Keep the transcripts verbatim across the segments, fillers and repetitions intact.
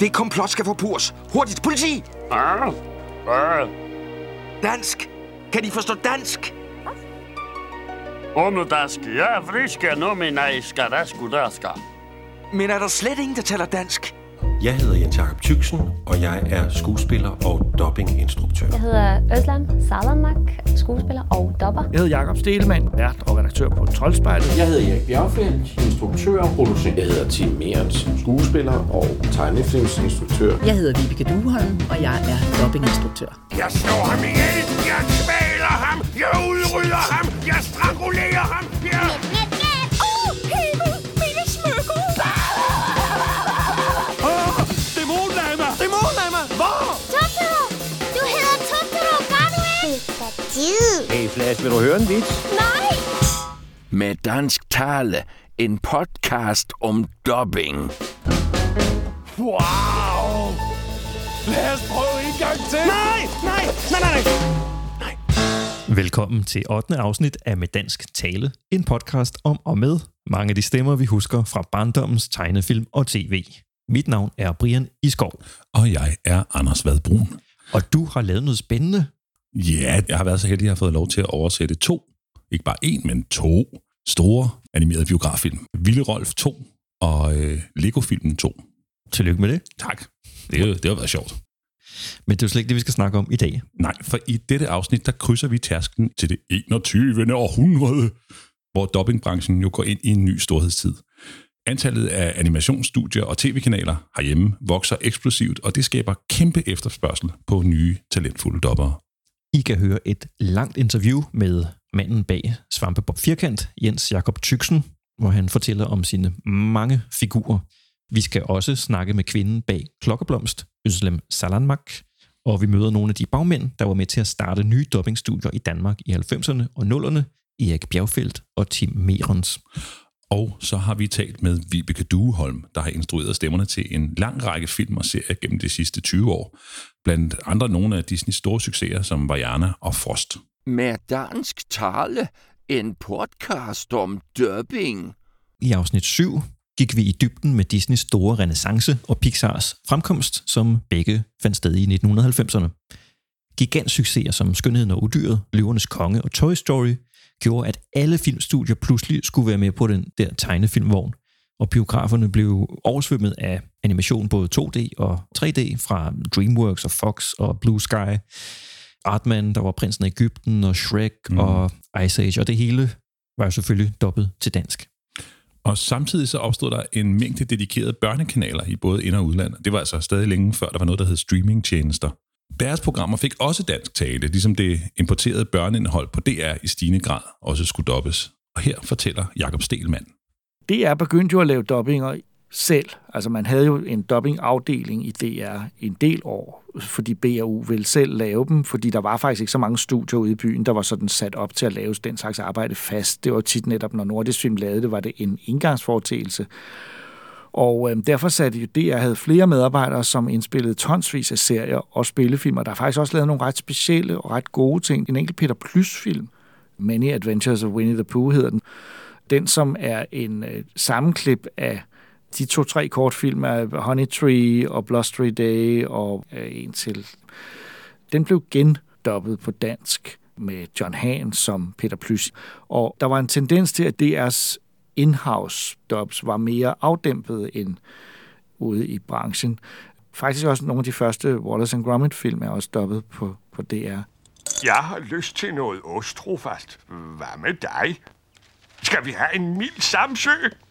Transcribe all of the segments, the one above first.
Det komplot skal få purs. Hurtigt, politi! Ah, ah. Dansk. Kan de forstå dansk? Ono dask, ja, friske nominaj skadaskudærska. Men er der slet ingen, der taler dansk? Jeg hedder Jens Jakob Tyksen, og jeg er skuespiller og dubbinginstruktør. Jeg hedder Özlem Salanmak, skuespiller og dubber. Jeg hedder Jakob Stegelmann, vært og redaktør på Troldspejlet. Jeg hedder Erik Bjergfeldt, instruktør og producent. Jeg hedder Tim Merens, skuespiller og tegnefilmsinstruktør. Jeg hedder Vibeke Dueholm, og jeg er dubbinginstruktør. Jeg slår ham ihjel, jeg kvæler ham, jeg udrydder ham, jeg strangulerer ham, jeg... Åh, himmel, mine smykker! Dæmonlammer! Dæmonlammer! Hvor? Totoro! Du hedder Totoro, gør du ikke? Hey Flash, vil du høre en vits? Nej! Med dansk tale, en podcast om dubbing. Wow! Lad os prøve en gang til! Nej, nej, nej, nej, nej! Velkommen til ottende afsnit af Med Dansk Tale, en podcast om og med mange af de stemmer, vi husker fra barndommens tegnefilm og tv. Mit navn er Brian Iskov. Og jeg er Anders Vadbrun. Og du har lavet noget spændende. Ja, jeg har været så heldig, at jeg har fået lov til at oversætte to, ikke bare en, men to store animerede biograffilm. Vilde Rolf to og øh, Lego-filmen to. Tillykke med det. Tak. Det, er, det har været sjovt. Men det er jo slet ikke det, vi skal snakke om i dag. Nej, for i dette afsnit, der krydser vi tærsklen til det enogtyvende århundrede, hvor dubbingbranchen jo går ind i en ny storhedstid. Antallet af animationsstudier og tv-kanaler herhjemme vokser eksplosivt, og det skaber kæmpe efterspørgsel på nye, talentfulde dubbere. I kan høre et langt interview med manden bag Svampebob Firkant, Jens Jakob Tyksen, hvor han fortæller om sine mange figurer. Vi skal også snakke med kvinden bag Klokkeblomst, Özlem Salanmak, og vi møder nogle af de bagmænd, der var med til at starte nye dubbingstudier i Danmark i halvfemserne og nullerne, Erik Bjergfeldt og Tim Merens. Og så har vi talt med Vibeke Dueholm, der har instrueret stemmerne til en lang række film og serier gennem de sidste tyve år. Blandt andre nogle af Disneys store succeser som Vaiana og Frost. Med dansk tale, en podcast om dubbing. I afsnit syv gik vi i dybden med Disneys store renæssance og Pixars fremkomst, som begge fandt sted i nitten halvfemserne. Gigantsucceser som Skønheden og Udyret, Løvernes Konge og Toy Story gjorde, at alle filmstudier pludselig skulle være med på den der tegnefilmvogn, og biograferne blev oversvømmet af animation både to D og tre D fra DreamWorks og Fox og Blue Sky, Artman, der var Prinsen af Egypten, og Shrek mm. og Ice Age, og det hele var jo selvfølgelig dobbelt til dansk. Og samtidig så opstod der en mængde dedikerede børnekanaler i både ind- og udland. Det var altså stadig længe før, der var noget, der hed streamingtjenester. Deres programmer fik også dansk tale, ligesom det importerede børneindhold på D R i stigende grad også skulle dobbes. Og her fortæller Jakob Stegelmann. D R begyndte jo at lave dubbinger selv. Altså man havde jo en dubbingafdeling i D R i en del år, fordi B R U ville selv lave dem, fordi der var faktisk ikke så mange studier ude i byen, der var sådan sat op til at lave den slags arbejde fast. Det var tit netop, når Nordisk Film lavede det, var det en indgangsforetagelse. Og øh, derfor satte jo D R havde flere medarbejdere, som indspillede tonsvis af serier og spillefilmer. Der er faktisk også lavet nogle ret specielle og ret gode ting. En enkelt Peter Plys-film, Many Adventures of Winnie the Pooh hedder den. Den, som er en øh, sammenklip af de to-tre kortfilm af Honey Tree og Blustery Day og øh, en til. Den blev gendubbet på dansk med John Hahn som Peter Plys. Og der var en tendens til, at D R's in-house dubs var mere afdæmpet end ude i branchen. Faktisk også nogle af de første Wallace and Gromit-film er også dubbet på, på D R. Jeg har lyst til noget ostrofast. Hvad med dig? Skal vi have en mild samsø?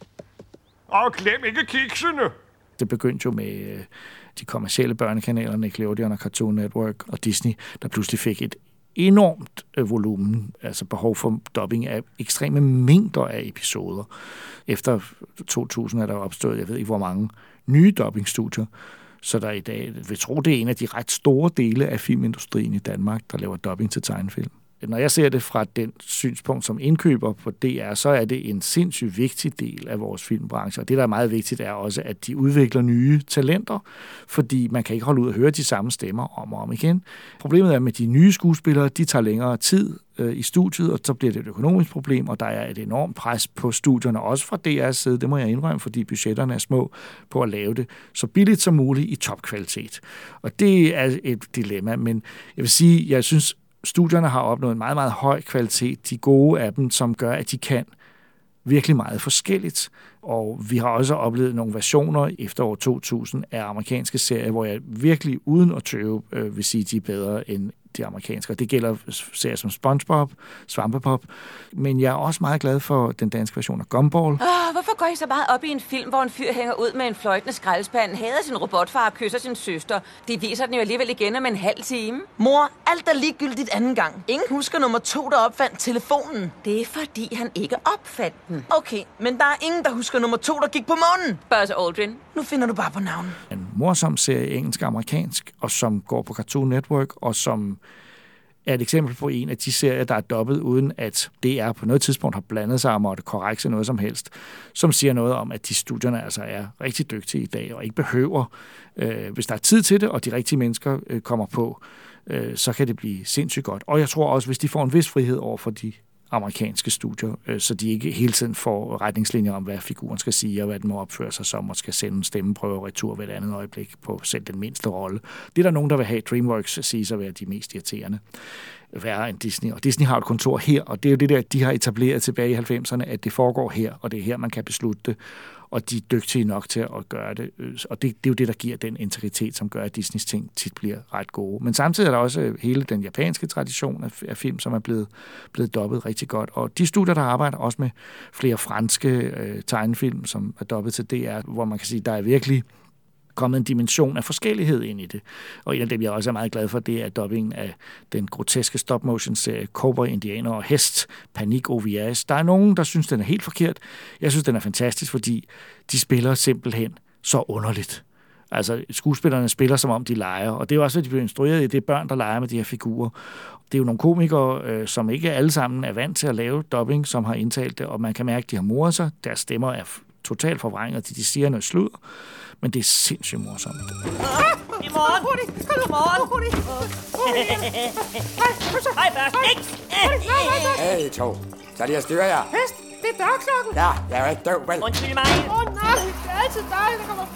Og glem ikke kiksene! Det begyndte jo med de kommercielle børnekanaler, Nickelodeon og Cartoon Network og Disney, der pludselig fik et enormt volumen, altså behov for dubbing af ekstreme mængder af episoder. Efter to tusind er der opstået, jeg ved ikke hvor mange, nye dubbingstudier, så der i dag, vil tro, det er en af de ret store dele af filmindustrien i Danmark, der laver dubbing til tegnefilm. når jeg ser det fra den synspunkt som indkøber på D R, så er det en sindssygt vigtig del af vores filmbranche. Og det, der er meget vigtigt, er også, at de udvikler nye talenter, fordi man kan ikke holde ud og høre de samme stemmer om og om igen. Problemet er med de nye skuespillere, de tager længere tid øh, i studiet, og så bliver det et økonomisk problem, og der er et enormt pres på studierne, også fra D R's side, det må jeg indrømme, fordi budgetterne er små, på at lave det så billigt som muligt i topkvalitet. Og det er et dilemma, men jeg vil sige, jeg synes, studierne har opnået en meget, meget høj kvalitet, de gode af dem, som gør, at de kan virkelig meget forskelligt. Og vi har også oplevet nogle versioner efter år to tusind af amerikanske serier, hvor jeg virkelig uden at tøve øh, vil sige, at de er bedre end de amerikanske. Og det gælder serier som SpongeBob, Svampebob, men jeg er også meget glad for den danske version af Gumball. Oh, hvorfor går I så meget op i en film, hvor en fyr hænger ud med en fløjtende skraldespand, hader sin robotfar og kysser sin søster? Det viser den jo alligevel igen om en halv time. Mor, alt er ligegyldigt anden gang. Ingen husker nummer to, der opfandt telefonen. Det er fordi, han ikke opfandt den. Okay, men der er ingen, der husker nummer to, der gik på månen. Buzz Aldrin. Nu finder du bare på navnet. En morsom serie, engelsk og amerikansk, og som går på Cartoon Network, og som er et eksempel på en af de serier, der er dobbelt, uden at D R på noget tidspunkt har blandet sig og måtte korrekse noget som helst, som siger noget om, at de studierne altså er rigtig dygtige i dag, og ikke behøver, øh, hvis der er tid til det, og de rigtige mennesker øh, kommer på, øh, så kan det blive sindssygt godt. Og jeg tror også, hvis de får en vis frihed over for de amerikanske studier, øh, så de ikke hele tiden får retningslinjer om, hvad figuren skal sige, og hvad den må opføre sig som, og skal sende stemmeprøver retur ved et andet øjeblik på selv den mindste rolle. Det er der nogen, der vil have. DreamWorks sige sig være de mest irriterende værre end Disney. Og Disney har et kontor her, og det er jo det der, de har etableret tilbage i halvfemserne, at det foregår her, og det er her, man kan beslutte det, og de er dygtige nok til at gøre det. Og det, det er jo det, der giver den integritet, som gør, at Disneys ting tit bliver ret gode. Men samtidig er der også hele den japanske tradition af, af film, som er blevet, blevet dobbet rigtig godt. Og de studier, der arbejder også med flere franske øh, tegnefilm, som er dobbet til D R, hvor man kan sige, der er virkelig kommet en dimension af forskellighed ind i det. Og en af dem, jeg også er meget glad for, det er dubbingen af den groteske stop-motion-serie Cowboy, Indianer og Hest, Panik O V S. Der er nogen, der synes, den er helt forkert. Jeg synes, den er fantastisk, fordi de spiller simpelthen så underligt. Altså, skuespillerne spiller, som om de leger, og det er jo også, at de bliver instrueret i, det er børn, der leger med de her figurer. Det er jo nogle komikere, øh, som ikke alle sammen er vant til at lave dubbing, som har indtalt det, og man kan mærke, at de har moret sig. Deres stemmer er totalt forvrænget, de siger noget sludder, men det er sindssygt morsomt. I morgen! Hurtigt! Kom i morgen! Hej, først! Hey, to. Så lige at styre jer. Hest, det er dørklokken! Ja, jeg er ikke døv, vel? Undskyld mig! Åh oh, nej, det er altid dig, der kommer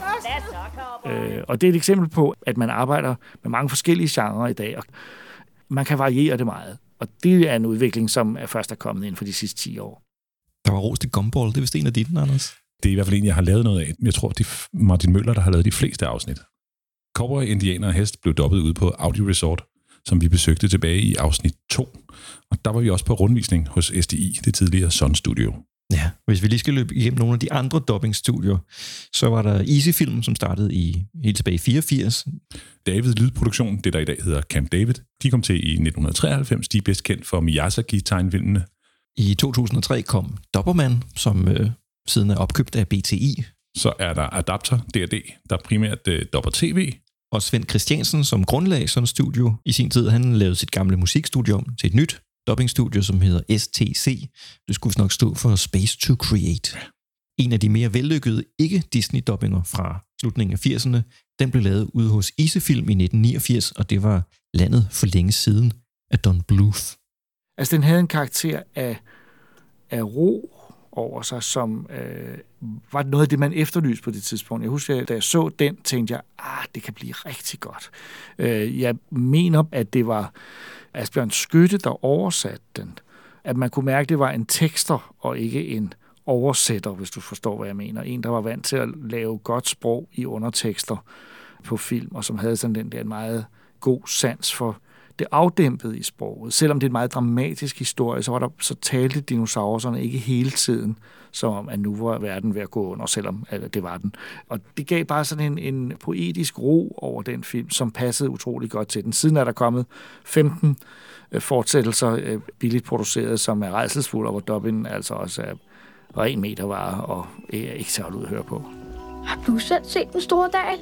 først! Øh, og det er et eksempel på, at man arbejder med mange forskellige genrer i dag, og man kan variere det meget. Og det er en udvikling, som er først er kommet ind for de sidste ti år. Der var ros til Gumball, det er vist en af dine, Anders. Det er i hvert fald en, jeg har lavet noget af. Jeg tror, det er Martin Møller, der har lavet de fleste afsnit. Cowboy, Indianer og Hest blev dobbet ud på Audi Resort, som vi besøgte tilbage i afsnit to. Og der var vi også på rundvisning hos S D I, det tidligere Sun Studio. Ja, hvis vi lige skal løbe igennem nogle af de andre dubbingstudier, så var der Easy Film, som startede i helt tilbage i fireogfirs. David Lydproduktion, det der i dag hedder Camp David, de kom til i nitten treoghalvfems. De er bedst kendt for Miyazaki-tegnefilmene. I to tusind og tre kom Doberman, som øh, siden er opkøbt af B T I. Så er der Adapter D R D, der er primært øh, Dopper T V. Og Svend Christiansen, som grundlagde sådan et studio i sin tid, han lavede sit gamle musikstudio om til et nyt dubbingstudio, som hedder S T C. Det skulle nok stå for Space to Create. En af de mere vellykkede ikke-Disney-dubbinger fra slutningen af firserne, den blev lavet ude hos Easy Film i nitten niogfirs, og det var landet for længe siden af Don Bluth. Altså, den havde en karakter af, af ro over sig, som øh, var noget af det, man efterlyste på det tidspunkt. Jeg husker, da jeg så den, tænkte jeg, ah, det kan blive rigtig godt. Øh, jeg mener, at det var Asbjørn Skytte, der oversatte den. At man kunne mærke, at det var en tekster og ikke en oversætter, hvis du forstår, hvad jeg mener. En, der var vant til at lave godt sprog i undertekster på film, og som havde sådan den der meget god sans for det afdæmpede i sproget. Selvom det er en meget dramatisk historie, så, var der, så talte dinosaurerne ikke hele tiden, som om, at nu var verden ved at gå under, selvom at det var den. Og det gav bare sådan en, en poetisk ro over den film, som passede utrolig godt til den. Siden er der kommet femten øh, fortsættelser, øh, billigt produceret, som er rædselsfulde, og hvor dubbingen altså også er ren metervare, og er ikke så ud at høre på. Har du selv set Den Store Dal?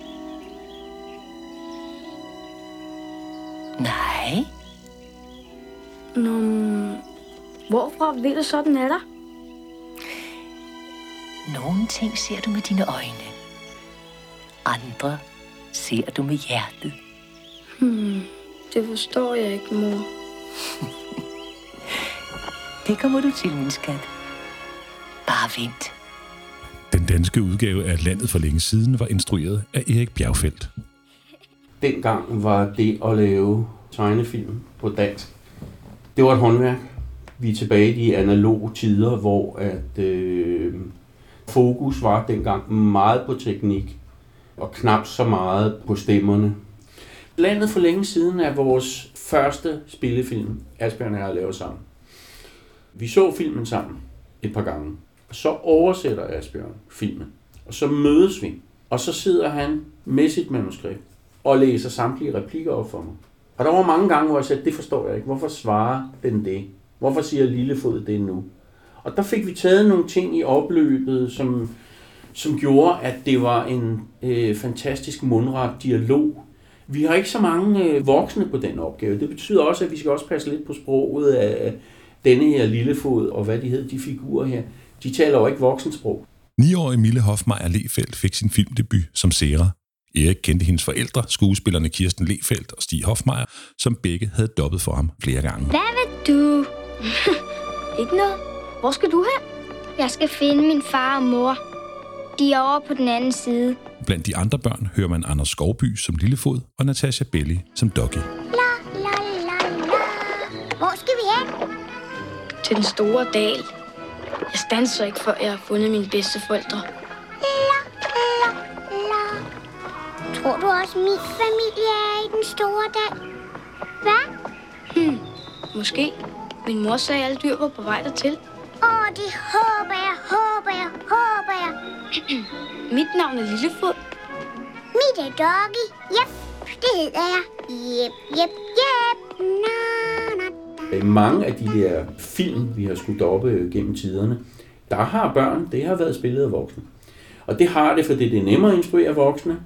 Nej. Nå, hvorfra ved du sådan er der? Nogle ting ser du med dine øjne. Andre ser du med hjertet. Hmm, det forstår jeg ikke, mor. Det kommer du til, min skat. Bare vent. Den danske udgave af Landet for længe siden var instrueret af Erik Bjergfeldt. Dengang var det at lave tegnefilm på dansk, det var et håndværk. Vi er tilbage i de analoge tider, hvor at, øh, fokus var dengang meget på teknik, og knap så meget på stemmerne. Landet for længe siden er vores første spillefilm, Asbjørn og jeg har lavet sammen. Vi så filmen sammen et par gange, og så oversætter Asbjørn filmen, og så mødes vi, og så sidder han med sit manuskript og læser samtlige replikker op for mig. Og der var mange gange, hvor jeg sagde, det forstår jeg ikke. Hvorfor svarer den det? Hvorfor siger Lillefod det nu? Og der fik vi taget nogle ting i opløbet, som, som gjorde, at det var en øh, fantastisk mundret dialog. Vi har ikke så mange øh, voksne på den opgave. Det betyder også, at vi skal også passe lidt på sproget af denne her Lillefod, og hvad de hed, de figurer her. De taler jo ikke voksensprog. Niårige Mille Hofmeier Lefeldt fik sin filmdebut som Sera. Erik kendte hendes forældre, skuespillerne Kirsten Lefeldt og Stig Hofmeier, som begge havde dobbet for ham flere gange. Hvad vil du? Ikke noget. Hvor skal du hen? Jeg skal finde min far og mor. De er over på den anden side. Blandt de andre børn hører man Anders Skovby som Lillefod og Natasha Belli som Doggy. La, la, la, la. Hvor skal vi hen? Til den store dal. Jeg standser ikke, før jeg har fundet mine bedsteforældre. La, la, la. Tror du også, min familie er i den store dal? Hvad? Hmm, måske. Min mor sagde, at alle dyr var på vej dertil. Åh, det håber jeg, håber jeg, håber jeg. Mit navn er Lillefod. Mit er Doggy. Jep, det hedder jeg. Jep, jep, jep. Na, na. Mange af de der film, vi har skudt op gennem tiderne, der har børn, det har været spillet af voksne. Og det har det, fordi det er nemmere at instruere voksne.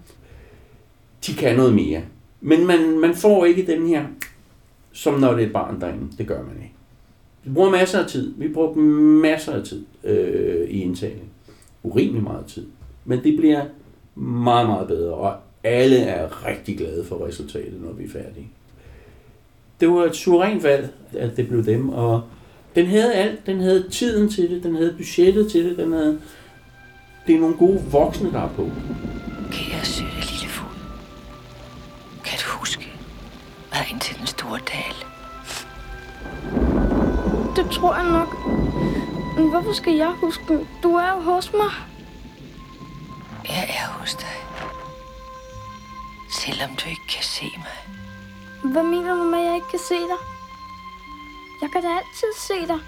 De kan noget mere. Men man, man får ikke den her, som når det er et barn derinde. Det gør man ikke. Vi bruger masser af tid. Vi bruger masser af tid øh, i indtagning. Urimelig meget tid. Men det bliver meget, meget bedre, og alle er rigtig glade for resultatet, når vi er færdige. Det var et suverænt valg, at det blev dem, og den havde alt. Den havde tiden til det, den havde budgettet til det, den havde... Det er nogle gode voksne, der er på. Kære søde Lillefod, kan du huske vejen til den store dal? Det tror jeg nok. Men hvorfor skal jeg huske? Du er jo hos mig. Jeg er hos dig. Selvom du ikke kan se mig. Hvad mener du med, at jeg ikke kan se dig? Jeg kan da altid se dig.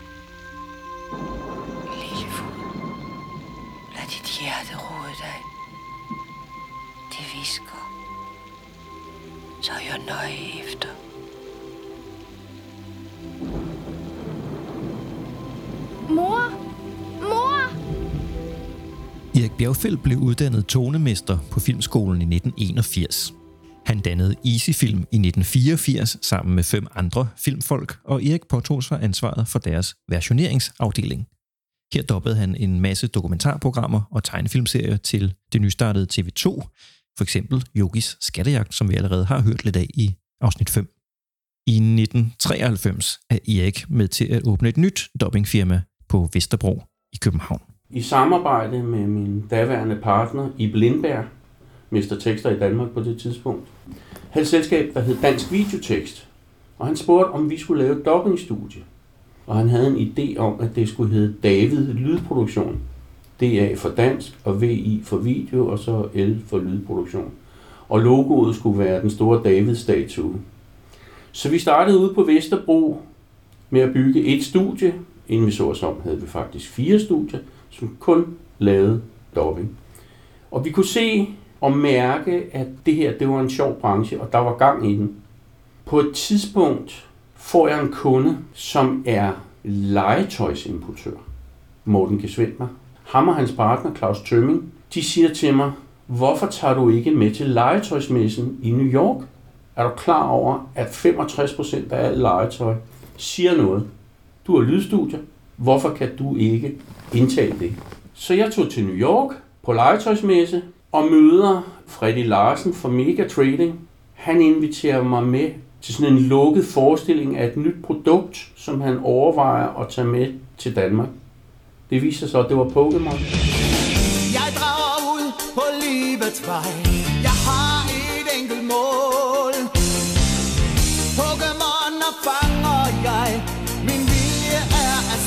Lillefod, lad dit hjerte rode dig. Det visker. Så hør nøje efter. Mor! Mor! Erik Bjergfeldt blev uddannet tonemester på Filmskolen i nitten enogfirs. Han dannede Easy Film i nitten fireogfirs sammen med fem andre filmfolk, og Erik påtog sig ansvaret for deres versioneringsafdeling. Her dobbede han en masse dokumentarprogrammer og tegnefilmserier til det nystartede T V to, for eksempel Yogis Skattejagt, som vi allerede har hørt lidt af i afsnit fem. I nitten treoghalvfems er Erik med til at åbne et nyt dubbingfirma på Vesterbro i København. I samarbejde med min daværende partner Ib Lindberg, mester tekster i Danmark på det tidspunkt, havde et selskab, der hed Dansk Videotekst, og han spurgte, om vi skulle lave et dubbingstudie. Og han havde en idé om, at det skulle hedde David Lydproduktion. D A for dansk, og V I for video, og så L for lydproduktion. Og logoet skulle være den store David-statue. Så vi startede ude på Vesterbro med at bygge et studie. Inden vi så os om, havde vi faktisk fire studier, som kun lavede dubbing. Og vi kunne se og mærke, at det her, det var en sjov branche, og der var gang i den. På et tidspunkt får jeg en kunde, som er legetøjsimportør, Morten Gesvendmer. Ham og hans partner, Claus Tømming, de siger til mig, hvorfor tager du ikke med til legetøjsmessen i New York? Er du klar over, at femogtres procent af alt legetøj siger noget. Du har lydstudier. Hvorfor kan du ikke indtale det? Så jeg tog til New York på legetøjsmesse og møder Freddy Larsen fra Mega Trading. Han inviterer mig med til sådan en lukket forestilling af et nyt produkt, som han overvejer at tage med til Danmark. Det viser sig, at det var Pokémon. Jeg drager ud på livets vej. Jeg har et enkelt mål. Pokémon og fanger jeg. Min vilje er af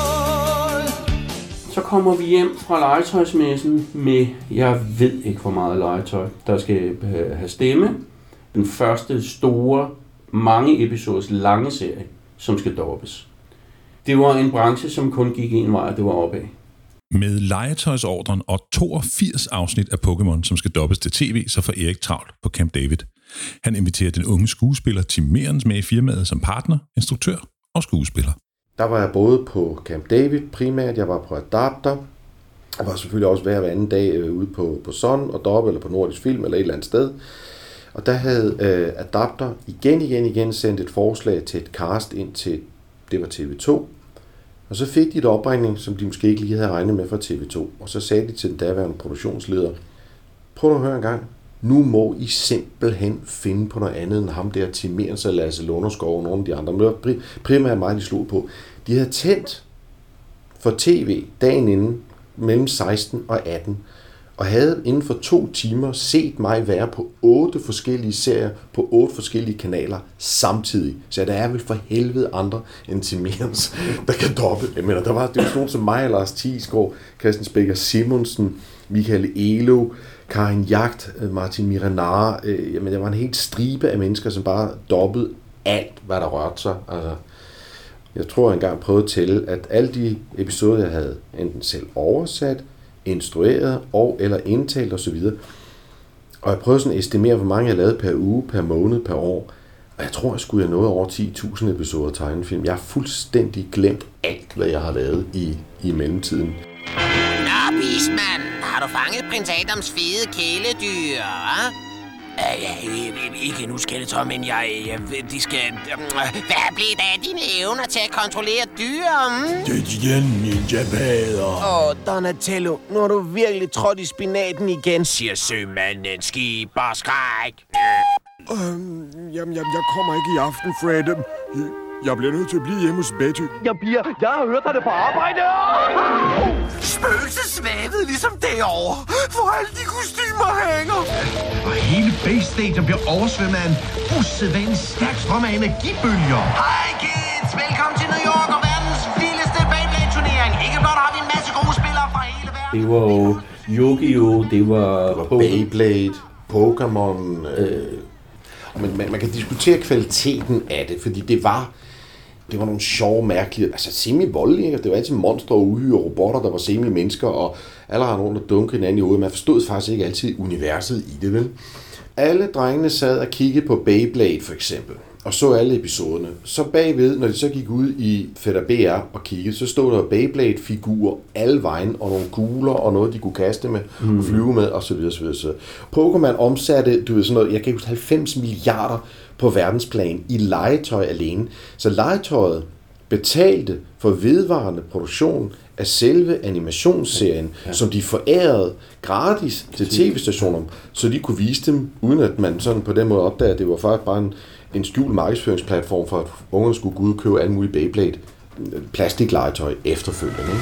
stål. Så kommer vi hjem fra legetøjsmessen med, jeg ved ikke hvor meget legetøj, der skal have stemme. Den første store, mange episoders lange serie, som skal dobbes. Det var en branche, som kun gik en vej, og det var opad. Med legetøjsordren og toogfirs afsnit af Pokémon, som skal dobbes til tv, så får Erik travlt på Camp David. Han inviterer den unge skuespiller Tim Merens med i firmaet som partner, instruktør og skuespiller. Der var jeg både på Camp David primært, jeg var på Adapter. Jeg var selvfølgelig også hver anden dag ude på, på Sun og Dobbe eller på Nordisk Film eller et eller andet sted. Og der havde øh, Adapter igen, igen, igen sendt et forslag til et cast ind til, det var T V to. Og så fik de et opringning, som de måske ikke lige havde regnet med fra T V to. Og så sagde de til den daværende produktionsleder, prøv at høre en gang, nu må I simpelthen finde på noget andet end ham der, Tim Merens og Lasse Lunderskov og nogle af de andre. Men det var primært mig, de slog på. De havde tændt for tv dagen inden mellem seksten og atten, og havde inden for to timer set mig være på otte forskellige serier på otte forskellige kanaler samtidig. Så der er vel for helvede andre end Tim Merens, der kan doppe. Jeg mener, der var, det var sådan nogen som mig, Lars Thiesgaard, Christian Spækker Simonsen, Michael Elo, Karin Jagt, Martin Miranar. Jamen, der var en helt stribe af mennesker, som bare dobbede alt, hvad der rørte sig. Altså, jeg tror, jeg engang prøvede at tælle, at alle de episoder, jeg havde enten selv oversat, instrueret og eller indtalt osv. Og jeg prøvede sådan at estimere, hvor mange jeg lavede per uge, per måned, per år. Og jeg tror, jeg skulle have nået over ti tusind episoder tegnefilm. Jeg har fuldstændig glemt alt, hvad jeg har lavet i, i mellemtiden. Nå, Bismand, har du fanget prins Adams fede kæledyr, hva'? Uh, ja, ikke nu, Skeletor, men jeg, jeg de skal... Uh, hvad blev der af dine evner til at kontrollere dyr? Mm? Det er igen, ninja-bader. Åh, oh, Donatello, nu har du virkelig trådt i spinaten igen, siger sømanden, skib og skræk. Uh, jamen, jeg, jeg kommer ikke i aften, Fred. Jeg bliver nødt til at blive hjemme hos Betty. Jeg bliver... Jeg har hørt dig på arbejde. Spøgelset svævede ligesom derovre, hvor alle de kostymer hænger. Og hele Base Stadium bliver oversvømmet af en usædvanlig stærk strøm af energibølger. Hej kids! Velkommen til New York og verdens vildeste Beyblade-turnering. Ikke blot har vi en masse gode spillere fra hele verden. Det var jo Yu-Gi-Oh! Det var, det var Beyblade, Pokémon. Øh. Men man, man kan diskutere kvaliteten af det, fordi det var... Det var nogle sjove, mærkelige, altså semi-voldelige. Det var altid monstre og uhyre robotter, der var semi-mennesker, og alle har nogen, der dunkede hinanden i hovedet. Man forstod faktisk ikke altid universet i det, vel? Alle drengene sad og kiggede på Beyblade, for eksempel, og så alle episoderne. Så bagved, når de så gik ud i Fætter B R og kiggede, så stod der Beyblade-figurer alle vejen, og nogle kugler, og noget, de kunne kaste med, mm. og flyve med, osv. osv. Pokémon omsatte, du ved sådan noget, jeg kan huske halvfems milliarder på verdensplan i legetøj alene. Så legetøjet betalte for vedvarende produktion af selve animationsserien, ja. Som de forærede gratis til tv-stationer, så de kunne vise dem, uden at man sådan på den måde opdagede, at det var faktisk bare en, en skjult markedsføringsplatform for, at ungerne skulle gå ud og købe alle mulige Beyblade plastiklegetøj efterfølgende.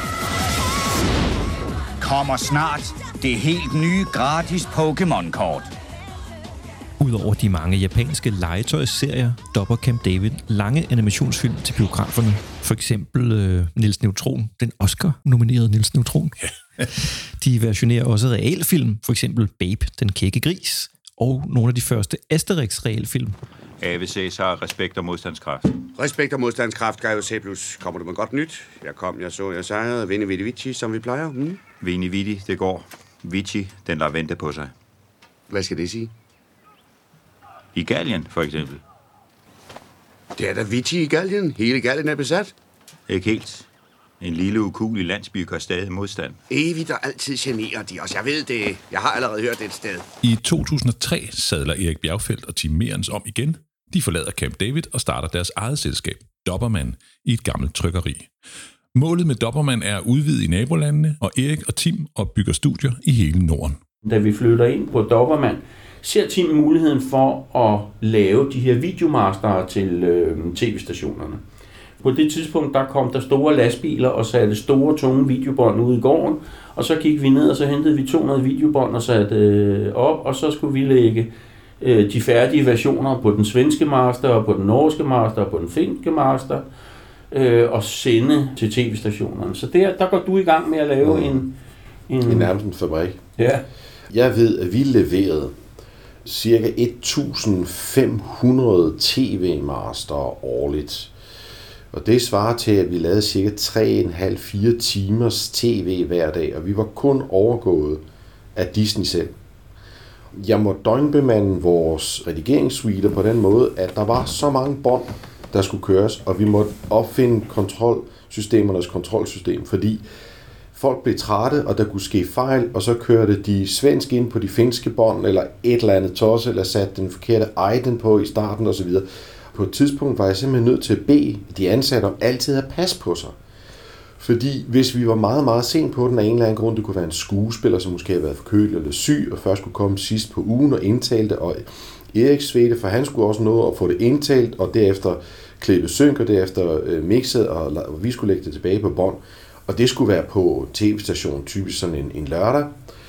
Kommer snart det helt nye gratis Pokémon-kort. Udover de mange japanske legetøjsserier, dopper Camp David lange animationsfilm til biograferne. For eksempel øh, Niels Neutron, den Oscar-nominerede Niels Neutron. De versionerer også realfilm, for eksempel Babe, den kække gris, og nogle af de første Asterix-realfilm. A V C har respekt og modstandskraft. Respekt og modstandskraft, Grev C plus. Kommer du med godt nyt? Jeg kom, jeg så, jeg sejrede. Vini Vidi Vici, som vi plejer. Mm. Vini Vidi, det går. Vici, den lader vente på sig. Hvad skal det sige? I Gallien, for eksempel. Det er da Vici i Gallien. Hele Gallien er besat. Ikke helt. En lille, ukuelig landsby gør stadig modstand. Evigt og altid generer de os. Jeg ved det. Jeg har allerede hørt det et sted. I to tusind og tre sadler Erik Bjergfeldt og Tim Merens om igen. De forlader Camp David og starter deres eget selskab, Dobermann i et gammelt trykkeri. Målet med Dobermann er at udvide i nabolandene, og Erik og Tim opbygger studier i hele Norden. Da vi flytter ind på Dobermann, ser Tim muligheden for at lave de her videomaster til øh, tv-stationerne. På det tidspunkt, der kom der store lastbiler og satte store, tunge videobånd ude i gården, og så gik vi ned, og så hentede vi to hundrede videobånd og satte øh, op, og så skulle vi lægge øh, de færdige versioner på den svenske master, og på den norske master, og på den finske master, øh, og sende til tv-stationerne. Så der, der går du i gang med at lave mm. en... En, en nærmest en fabrik. Ja. Jeg ved, at vi leverede cirka et tusind fem hundrede tv-master årligt. Og det svarer til, at vi lavede cirka tre komma fem til fire timers tv hver dag, og vi var kun overgået af Disney selv. Jeg må døgnbemande vores redigeringssuite på den måde, at der var så mange bånd, der skulle køres, og vi måtte opfinde kontrolsystemernes kontrolsystem, fordi folk blev trætte, og der kunne ske fejl, og så kørte de svensk ind på de finske bånd, eller et eller andet tosse, eller satte den forkerte ejden på i starten osv. På et tidspunkt var jeg simpelthen nødt til at bede de ansatte om altid at passe på sig. Fordi hvis vi var meget, meget sent på den af en eller anden grund, det kunne være en skuespiller, som måske havde været forkølet eller syg, og først kunne komme sidst på ugen og indtale det, og Erik svedte, for han skulle også nå at få det indtalt, og derefter klippe synk, og derefter mixet, og vi skulle lægge det tilbage på bånd. Og det skulle være på tv-stationen, typisk sådan en, en lørdag.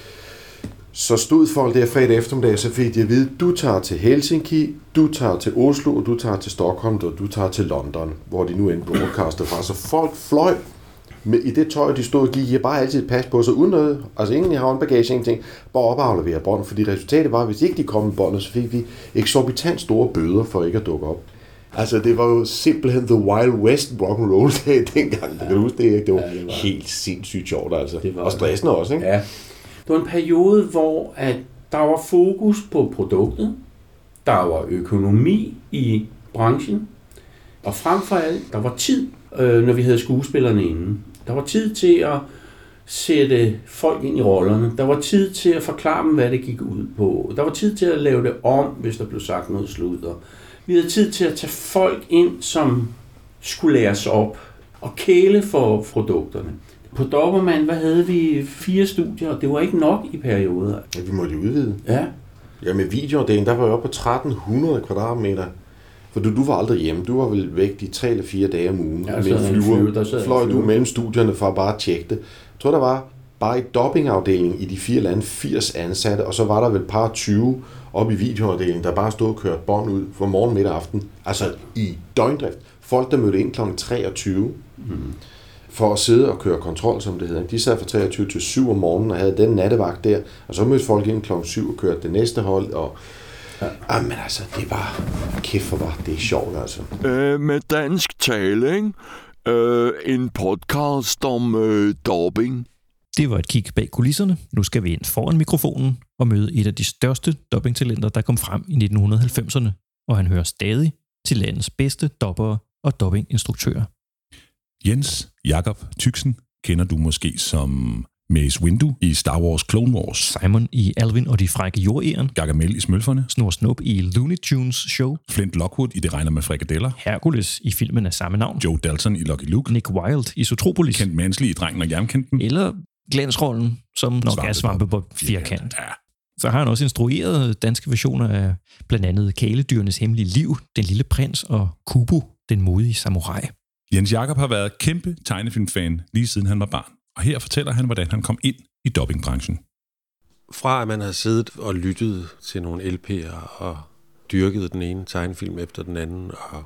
Så stod folk der fredag eftermiddag, så fik de at vide, du tager til Helsinki, du tager til Oslo, og du tager til Stockholm, og du tager til London, hvor de nu endte broadcaster fra. Så folk fløj med, i det tøj, de stod og gik, jeg bare altid pas på sig, uden noget, altså ingen i havnebagage, ingenting, bare op og aflevere bånd, fordi resultatet var, hvis ikke de kom med båndet, så fik vi eksorbitant store bøder for ikke at dukke op. Altså, det var jo simpelthen the Wild West rock'n'roll dag dengang. Kan du huske det, ikke? Det var, ja, det var helt sindssygt sjovt, altså. Det var, og stressende også, ikke? Ja. Det var en periode, hvor at der var fokus på produktet, der var økonomi i branchen, og frem for alt, der var tid, øh, når vi havde skuespillerne inde. Der var tid til at sætte folk ind i rollerne. Der var tid til at forklare dem, hvad det gik ud på. Der var tid til at lave det om, hvis der blev sagt noget sludder. Vi havde tid til at tage folk ind, som skulle læres op og kæle for produkterne. På Dobermann, hvad havde vi? Fire studier, og det var ikke nok i perioder. Ja, vi måtte udvide. Ja. Ja, med videoafdelingen, der var jeg oppe på tretten hundrede kvadratmeter. For du, du var aldrig hjemme. Du var vel væk de tre eller fire dage om ugen. Ja, med en flyver. Der sad fløj du mellem studierne for at bare tjekke det. Jeg tror, der var bare i dubbingafdelingen i de fire lande firs ansatte, og så var der vel et par tyve oppe i videoafdelingen, der bare stod og kørte bånd ud for morgen, middag og aften. Altså i døgndrift. Folk, der mødte ind klokken treogtyve mm. for at sidde og køre kontrol, som det hedder. De sad fra treogtyve til syv om morgenen og havde den nattevagt der, og så mødte folk ind klokken syv og kørte det næste hold. Og ja. Jamen altså, det var kæft for var det er sjovt, altså. Øh, med dansk tale, ikke? Øh, en podcast om øh, dubbing. Det var et kig bag kulisserne. Nu skal vi ind foran mikrofonen og møde et af de største dubbingtalenter, der kom frem i nitten halvfemserne, og han hører stadig til landets bedste dubbere og dubbinginstruktører. Jens Jakob Tyksen kender du måske som Mace Windu i Star Wars Clone Wars, Simon i Alvin og de frække jordegern, Gargamel i Smølferne, Snor Snup i Looney Tunes Show, Flint Lockwood i Det regner med frikadeller, Hercules i filmen af samme navn, Joe Dalton i Lucky Luke, Nick Wilde i Zootropolis, Kent Mansley i Drengen og Jernkæmpen, eller glansrollen, som nok Svampebob, er Svampebob firkant. Ja. Så har han også instrueret danske versioner af blandt andet Kæledyrenes hemmelige liv, Den lille prins og Kubo, den modige samurai. Jens Jakob har været kæmpe tegnefilmfan lige siden han var barn, og her fortæller han, hvordan han kom ind i dubbingbranchen. Fra at man har siddet og lyttet til nogle L P'er og dyrket den ene tegnefilm efter den anden, og,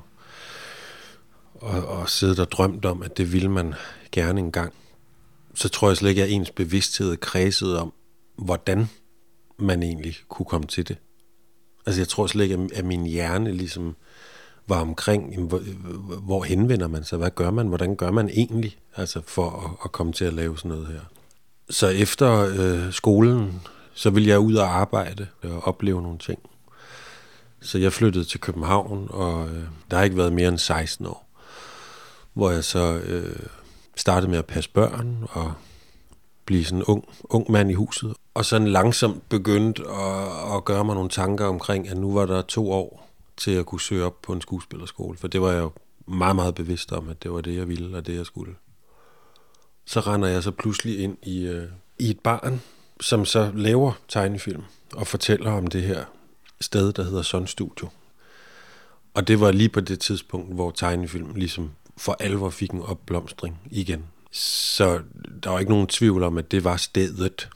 og, og siddet og drømt om, at det ville man gerne engang, så tror jeg slet ikke, at ens bevidsthed kredsede om, hvordan man egentlig kunne komme til det. Altså jeg tror slet ikke, at min hjerne ligesom var omkring, hvor, hvor henvender man sig, hvad gør man, hvordan gør man egentlig, altså for at, at komme til at lave sådan noget her. Så efter øh, skolen, så ville jeg ud og arbejde og opleve nogle ting. Så jeg flyttede til København, og øh, der har ikke været mere end seksten år, hvor jeg så øh, startede med at passe børn og blive sådan en ung, ung mand i huset. Og sådan langsomt begyndte at, at gøre mig nogle tanker omkring, at nu var der to år til at kunne søge op på en skuespillerskole, for det var jeg jo meget, meget bevidst om, at det var det, jeg ville, og det, jeg skulle. Så render jeg så pludselig ind i, øh, i et barn, som så laver tegnefilm, og fortæller om det her sted, der hedder Sun Studio. Og det var lige på det tidspunkt, hvor tegnefilm ligesom for alvor fik en opblomstring igen. Så der var ikke nogen tvivl om, at det var stedet.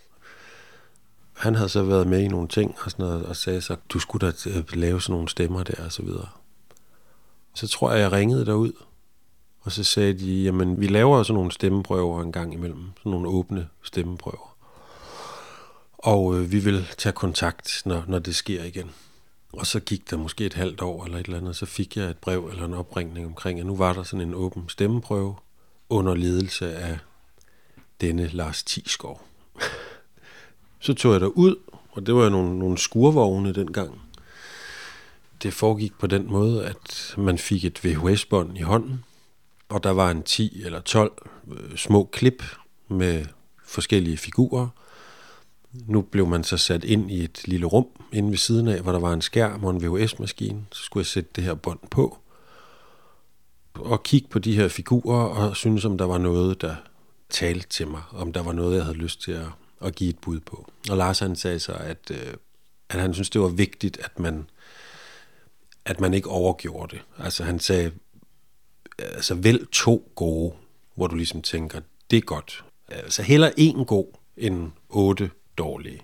Han havde så været med i nogle ting og sådan noget, og sagde så, du skulle da lave sådan nogle stemmer der og så videre. Så tror jeg, jeg ringede derud, og så sagde de, jamen vi laver sådan nogle stemmeprøver en gang imellem, sådan nogle åbne stemmeprøver. Og øh, vi vil tage kontakt, når, når det sker igen. Og så gik der måske et halvt år eller et eller andet, så fik jeg et brev eller en opringning omkring, at nu var der sådan en åben stemmeprøve under ledelse af denne Lars Thiesgaard. Så tog jeg derud, og det var jo nogle, nogle skurvogne dengang. Det foregik på den måde, at man fik et V H S-bånd i hånden, og der var en ti eller tolv øh, små klip med forskellige figurer. Nu blev man så sat ind i et lille rum inde ved siden af, hvor der var en skærm og en V H S-maskine. Så skulle jeg sætte det her bånd på og kigge på de her figurer og synes, om der var noget, der talte til mig. Om der var noget, jeg havde lyst til at, at give et bud på. Og Lars han sagde så, at, øh, at han synes det var vigtigt, at man, at man ikke overgjorde det. Altså han sagde, altså vælg to gode, hvor du ligesom tænker, det er godt. Altså heller en god end otte dårlige.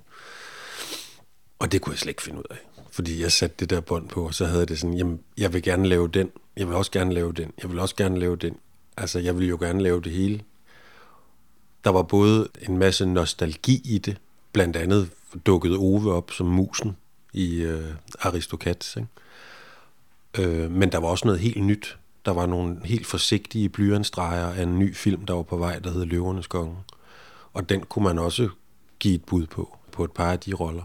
Og det kunne jeg slet ikke finde ud af. Fordi jeg satte det der bånd på, og så havde det sådan, jamen, jeg vil gerne lave den, jeg vil også gerne lave den, jeg vil også gerne lave den. Altså, jeg vil jo gerne lave det hele. Der var både en masse nostalgi i det, blandt andet dukkede Ove op som musen i øh, Aristocats, ikke? Øh, men der var også noget helt nyt. Der var nogle helt forsigtige blyantstreger af en ny film, der var på vej, der hed Løvernes Konge. Og den kunne man også give et bud på, på et par af de roller.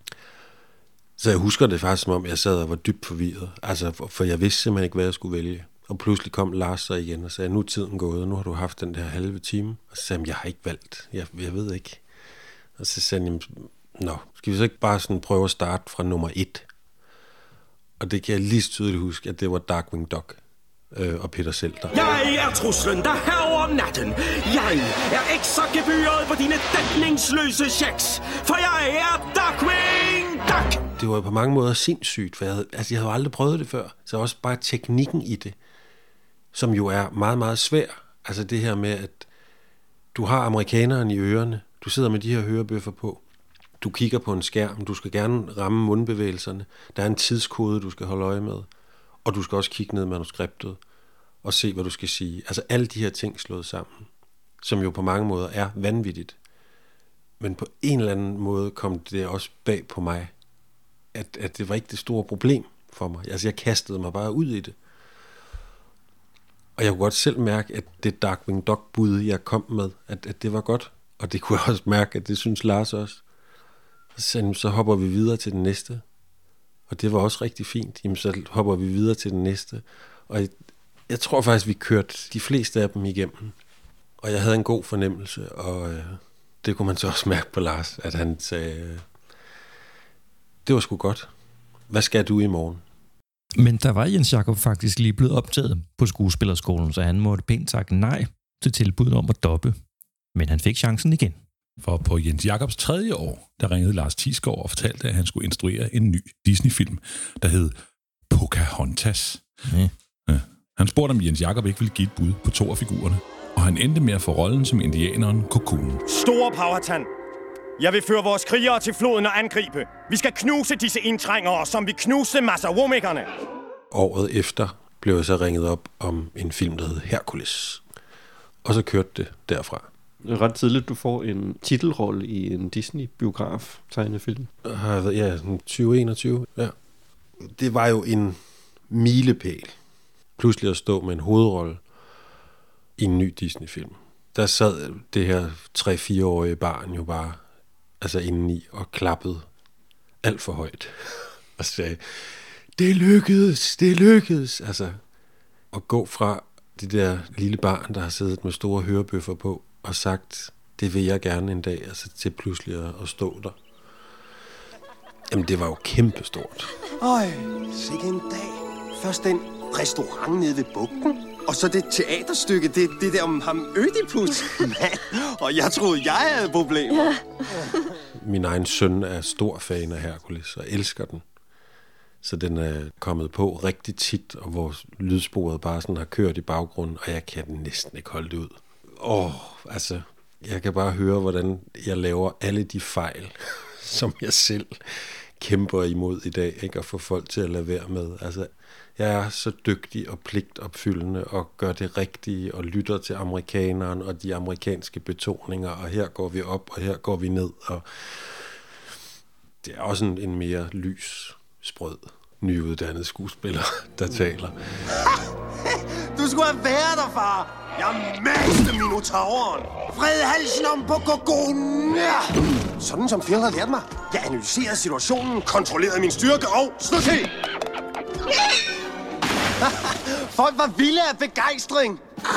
Så jeg husker det faktisk, som om jeg sad og var dybt forvirret. Altså, for, for jeg vidste simpelthen ikke, hvad jeg skulle vælge. Og pludselig kom Lars så igen og sagde, nu er tiden gået, og nu har du haft den der halve time. Og så sagde han, jeg har ikke valgt. Jeg, jeg ved ikke. Og så sagde han, nå, skal vi så ikke bare sådan prøve at starte fra nummer et? Og det kan jeg lige tydeligt huske, at det var Darkwing Duck øh, og Peter Selter. Jeg er truslen, der hærger natten. Jeg er ekstra gebyret på dine dækningsløse checks. For jeg er Darkwing Duck. Det var jo på mange måder sindssygt, for jeg havde, altså jeg havde aldrig prøvet det før. Så også bare teknikken i det, som jo er meget, meget svær. Altså det her med, at du har amerikaneren i ørerne, du sidder med de her hørebøffer på, du kigger på en skærm, du skal gerne ramme mundbevægelserne, der er en tidskode, du skal holde øje med, og du skal også kigge ned i manuskriptet og se, hvad du skal sige. Altså alle de her ting slået sammen, som jo på mange måder er vanvittigt. Men på en eller anden måde kom det også bag på mig, at, at det var ikke det store problem for mig. Altså jeg kastede mig bare ud i det. Og jeg kunne godt selv mærke, at det Darkwing Duck-bud, jeg kom med, at, at det var godt. Og det kunne jeg også mærke, at det synes Lars også. Så, så hopper vi videre til den næste. Og det var også rigtig fint. Jamen, så hopper vi videre til den næste. Og jeg, jeg tror faktisk, vi kørte de fleste af dem igennem. Og jeg havde en god fornemmelse, og øh, det kunne man så også mærke på Lars, at han sagde, øh, det var sgu godt. Hvad skal du i morgen? Men der var Jens Jakob faktisk lige blevet optaget på skuespillerskolen, så han måtte pænt sagt nej til tilbuddet om at doppe. Men han fik chancen igen. For på Jens Jakobs tredje år, der ringede Lars Thiesgaard og fortalte, at han skulle instruere en ny Disney-film, der hed Pocahontas. Ja. Ja. Han spurgte, om Jens Jakob ikke ville give et bud på to af figurerne, og han endte med at få rollen som indianeren Cocoon. Store Powhatan, jeg vil føre vores krigere til floden og angribe. Vi skal knuse disse indtrængere, som vi knuste Massawommikerne. Året efter blev jeg så ringet op om en film, der hed Hercules. Og så kørte det derfra. Det er ret tidligt, du får en titelrolle i en Disney-biograf-tegnefilm. Ja, tyve enogtyve, ja. Det var jo en milepæl. Pludselig at stå med en hovedrolle i en ny Disney-film. Der sad det her tre-fireårige barn jo bare altså indeni og klappede alt for højt. Og sagde, det lykkedes, det lykkedes. Altså, at gå fra det der lille barn, der har siddet med store hørebøffer på, og sagt, det vil jeg gerne en dag, altså til pludselig at, at stå der. Jamen, det var jo kæmpestort. Øj, sikke en dag. Først den restaurant nede ved bugten. Og så det teaterstykke, det, det der om ham Ødipus. Mand, og jeg troede, jeg havde problemer. Ja. Min egen søn er stor fan af Hercules og elsker den. Så den er kommet på rigtig tit, og hvor lydsporet bare sådan har kørt i baggrunden, og jeg kan næsten ikke holde det ud. Åh, oh, altså, jeg kan bare høre, hvordan jeg laver alle de fejl, som jeg selv kæmper imod i dag, ikke? At få folk til at lade være med. Altså, jeg er så dygtig og pligtopfyldende og gør det rigtige og lytter til amerikaneren og de amerikanske betoninger, og her går vi op, og her går vi ned. Og det er også en, en mere lys, sprød, nyuddannet skuespiller, der taler. Du skulle have været der, far! Jeg maste minotauren! Fred halsen om på gogonen! Sådan som Phil har lært mig. Jeg analyserede situationen, kontrollerede min styrke og slå til! Folk var vilde af begejstring!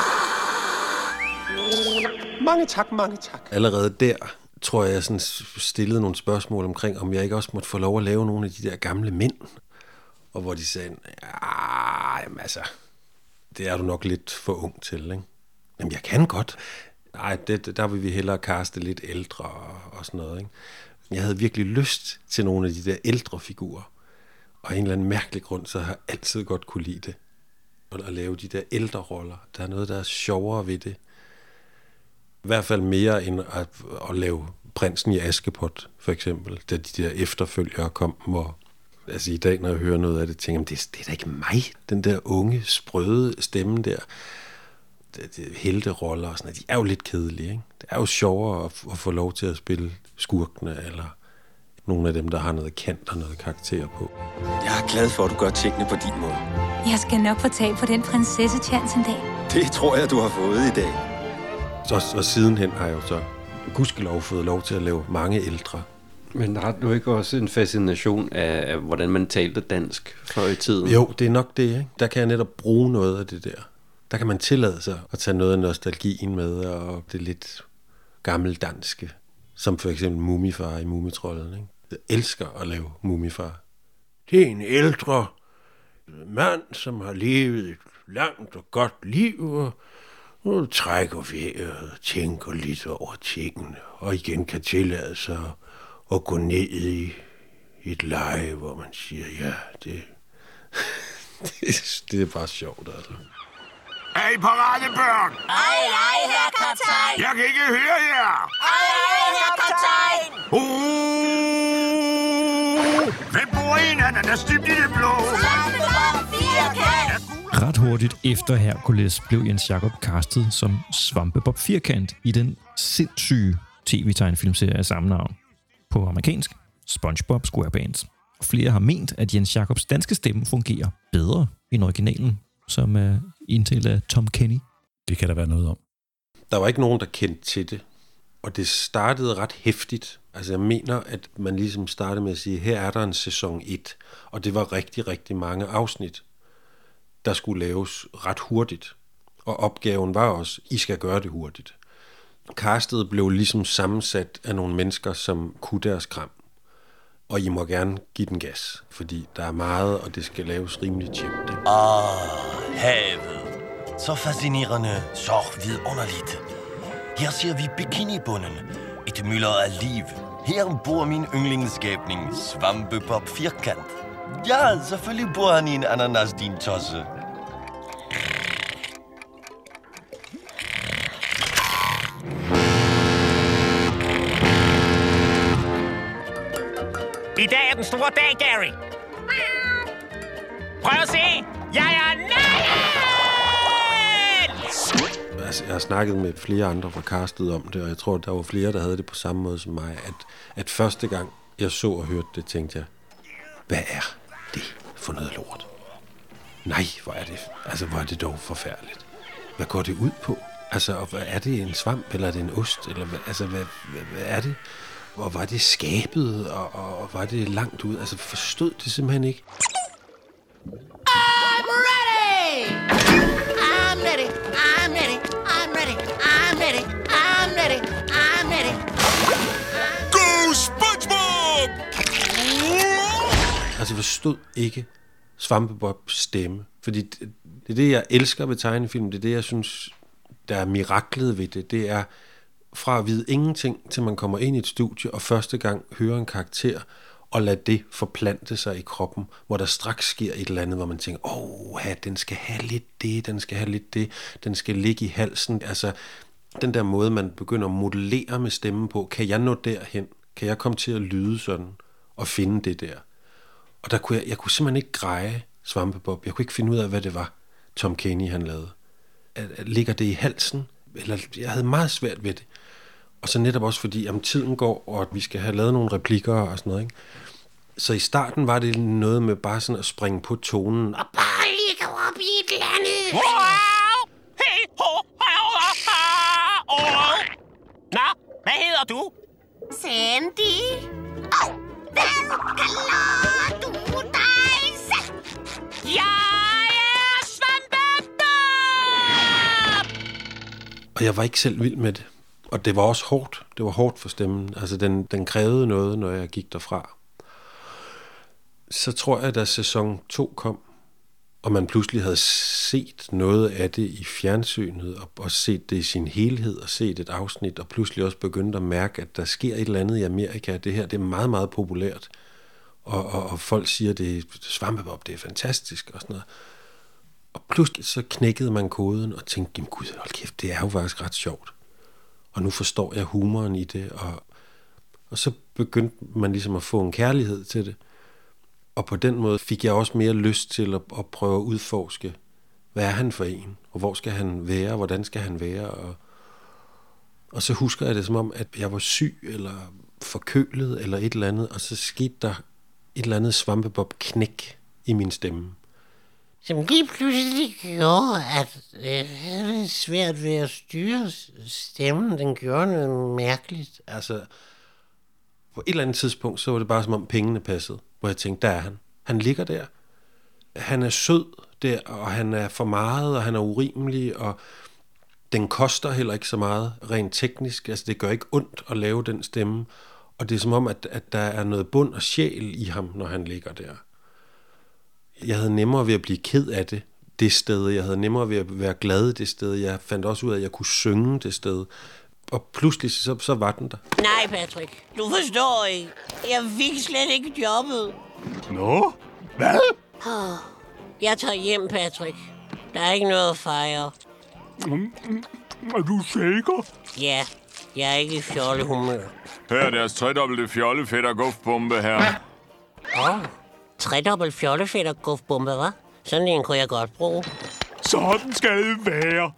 Mange tak, mange tak. Allerede der tror jeg, jeg sådan stillede nogle spørgsmål omkring, om jeg ikke også måtte få lov at lave nogle af de der gamle mænd. Og hvor de sagde, ah, jamen altså, det er du nok lidt for ung til, ikke? Jamen, jeg kan godt. Nej, det, der vil vi hellere kaste lidt ældre og, og sådan noget, ikke? Jeg havde virkelig lyst til nogle af de der ældre figurer. Og af en eller anden mærkelig grund, så har jeg altid godt kunne lide det. At lave de der ældre roller. Der er noget, der er sjovere ved det. I hvert fald mere end at, at lave Prinsen i Askepot, for eksempel. Da de der efterfølgere kom, hvor altså i dag, når jeg hører noget af det, tænker jeg, det, det er da ikke mig. Den der unge, sprøde stemme der. Det, det, helteroller og sådan noget, de er jo lidt kedelige, ikke? Det er jo sjovere at, at få lov til at spille skurkene, eller nogle af dem, der har noget kant og noget karakter på. Jeg er glad for, at du gør tingene på din måde. Jeg skal nok få tag på den prinsesse-chance en dag. Det tror jeg, du har fået i dag. Så, og sidenhen har jeg jo så gudskelov fået lov til at lave mange ældre. Men har du ikke også en fascination af, af hvordan man talte dansk før i tiden? Jo, det er nok det, ikke? Der kan jeg netop bruge noget af det der. Der kan man tillade sig at tage noget af nostalgien med, og det lidt gammeldanske, som for eksempel Mumifar i Mumitrollen, ikke? Jeg elsker at lave Mumifar. Det er en ældre mand, som har levet et langt og godt liv, og nu trækker vejret og tænker lidt over tingene, og igen kan tillade sig at gå ned i et leje, hvor man siger, ja, det, det, det er bare sjovt, altså. Er I parate, børn? Ej, ej, herr kaptajn. Jeg kan ikke høre jer. Ej, ej, herr kaptajn. Uh, hvem bor i en ananas dybt i det blå? Svampebob Firkant. Ret hurtigt efter Hercules blev Jens Jakob castet som Svampebob Firkant i den sindssyge tv-tegnefilmserie af samme navn. På amerikansk, SpongeBob SquarePants. Flere har ment, at Jens Jakobs danske stemme fungerer bedre end originalen, som er indtalt af Tom Kenny. Det kan der være noget om. Der var ikke nogen, der kendte til det, og det startede ret hæftigt. Altså jeg mener, at man ligesom startede med at sige, her er der en sæson et, og det var rigtig, rigtig mange afsnit, der skulle laves ret hurtigt. Og opgaven var også, I skal gøre det hurtigt. Castet blev ligesom sammensat af nogle mennesker, som kunne deres kram. Og I må gerne give den gas, fordi der er meget, og det skal laves rimelig tjept. Ah, havet. Så fascinerende, så vidunderligt. Her ser vi bikinibunden. Et mylder af liv. Her bor min yndlingsskabning, Svampebob Firkant. Ja, selvfølgelig bor han i en ananas, din tosse. I dag er den store dag, Gary. Prøv at se. Jeg er nøgen! Altså, jeg har snakket med flere andre fra castet om det, og jeg tror, der var flere, der havde det på samme måde som mig, at, at første gang jeg så og hørte det, tænkte jeg, hvad er det for noget lort? Nej, hvor er det, altså, hvor er det dog forfærdeligt. Hvad går det ud på? Altså, og hvad, er det en svamp, eller er det en ost? Eller hvad, altså, hvad, hvad, hvad er det? Og var det skabet, og, og, og var det langt ud? Altså, forstod det simpelthen ikke. I'm ready! I'm ready! I'm ready! I'm ready! I'm ready! I'm ready! I'm ready! Go, SpongeBob! Altså, forstod ikke Svampebobs stemme Fordi det, det er det, jeg elsker ved tegnefilm. Det er det, jeg synes, der er miraklet ved det. Det er fra at vide ingenting, til man kommer ind i et studie, og første gang hører en karakter, og lade det forplante sig i kroppen, hvor der straks sker et eller andet, hvor man tænker, åh, ja, den skal have lidt det, den skal have lidt det, den skal ligge i halsen. Altså, den der måde, man begynder at modellere med stemmen på, kan jeg nå derhen? Kan jeg komme til at lyde sådan, og finde det der? Og der kunne jeg, jeg kunne simpelthen ikke greje Svampebob. Jeg kunne ikke finde ud af, hvad det var, Tom Kenny han lavede. At, at, ligger det i halsen? Eller jeg havde meget svært ved det. Og så netop også fordi, om tiden går, og at vi skal have lavet nogle replikker og sådan noget, ikke? Så i starten var det noget med bare sådan at springe på tonen. Og bare lige gå op i et eller andet. Wow! Hey, ho, ha, ha, ha, oh. Nå, hvad hedder du? Sandy. Og hvad kalder du dig selv? Jeg er Svampebob! Og jeg var ikke selv vild med det. Og det var også hårdt. Det var hårdt for stemmen. Altså, den, den krævede noget, når jeg gik derfra. Så tror jeg, da sæson to kom, og man pludselig havde set noget af det i fjernsynet, og, og set det i sin helhed, og set et afsnit, og pludselig også begyndte at mærke, at der sker et eller andet i Amerika. Det her, det er meget, meget populært. Og, og, og folk siger, det er Svampebob, det er fantastisk, og sådan noget. Og pludselig så knækkede man koden, og tænkte, jamen gud, hold kæft, det er jo faktisk ret sjovt. Og nu forstår jeg humoren i det, og, og så begyndte man ligesom at få en kærlighed til det. Og på den måde fik jeg også mere lyst til at, at prøve at udforske, hvad er han for en, og hvor skal han være, og hvordan skal han være. Og, og så husker jeg det som om, at jeg var syg, eller forkølet, eller et eller andet, og så skete der et eller andet Svampebob-knæk i min stemme. Som lige pludselig gjorde, at jeg havde svært ved at styre stemmen. Den gjorde noget mærkeligt. Altså, på et eller andet tidspunkt, så var det bare som om pengene passede. Hvor jeg tænkte, der er han. Han ligger der. Han er sød der, og han er for meget, og han er urimelig, og den koster heller ikke så meget rent teknisk. Altså, det gør ikke ondt at lave den stemme. Og det er som om, at, at der er noget bund og sjæl i ham, når han ligger der. Jeg havde nemmere ved at blive ked af det, det sted. Jeg havde nemmere ved at være glad det sted. Jeg fandt også ud af, at jeg kunne synge det sted. Og pludselig, så, så var den der. Nej, Patrick. Du forstår ikke. Jeg fik slet ikke jobbet. Nå? Hvad? Oh, jeg tager hjem, Patrick. Der er ikke noget at fejre. Mm, er du sikker? Ja, jeg er ikke i fjollehumør. Her er deres tredobbelte fjollefedt og gufbombe her. Åh, oh, tredobbelt fjollefedt og gufbombe, hva'? Sådan en kunne jeg godt bruge. Sådan skal det være.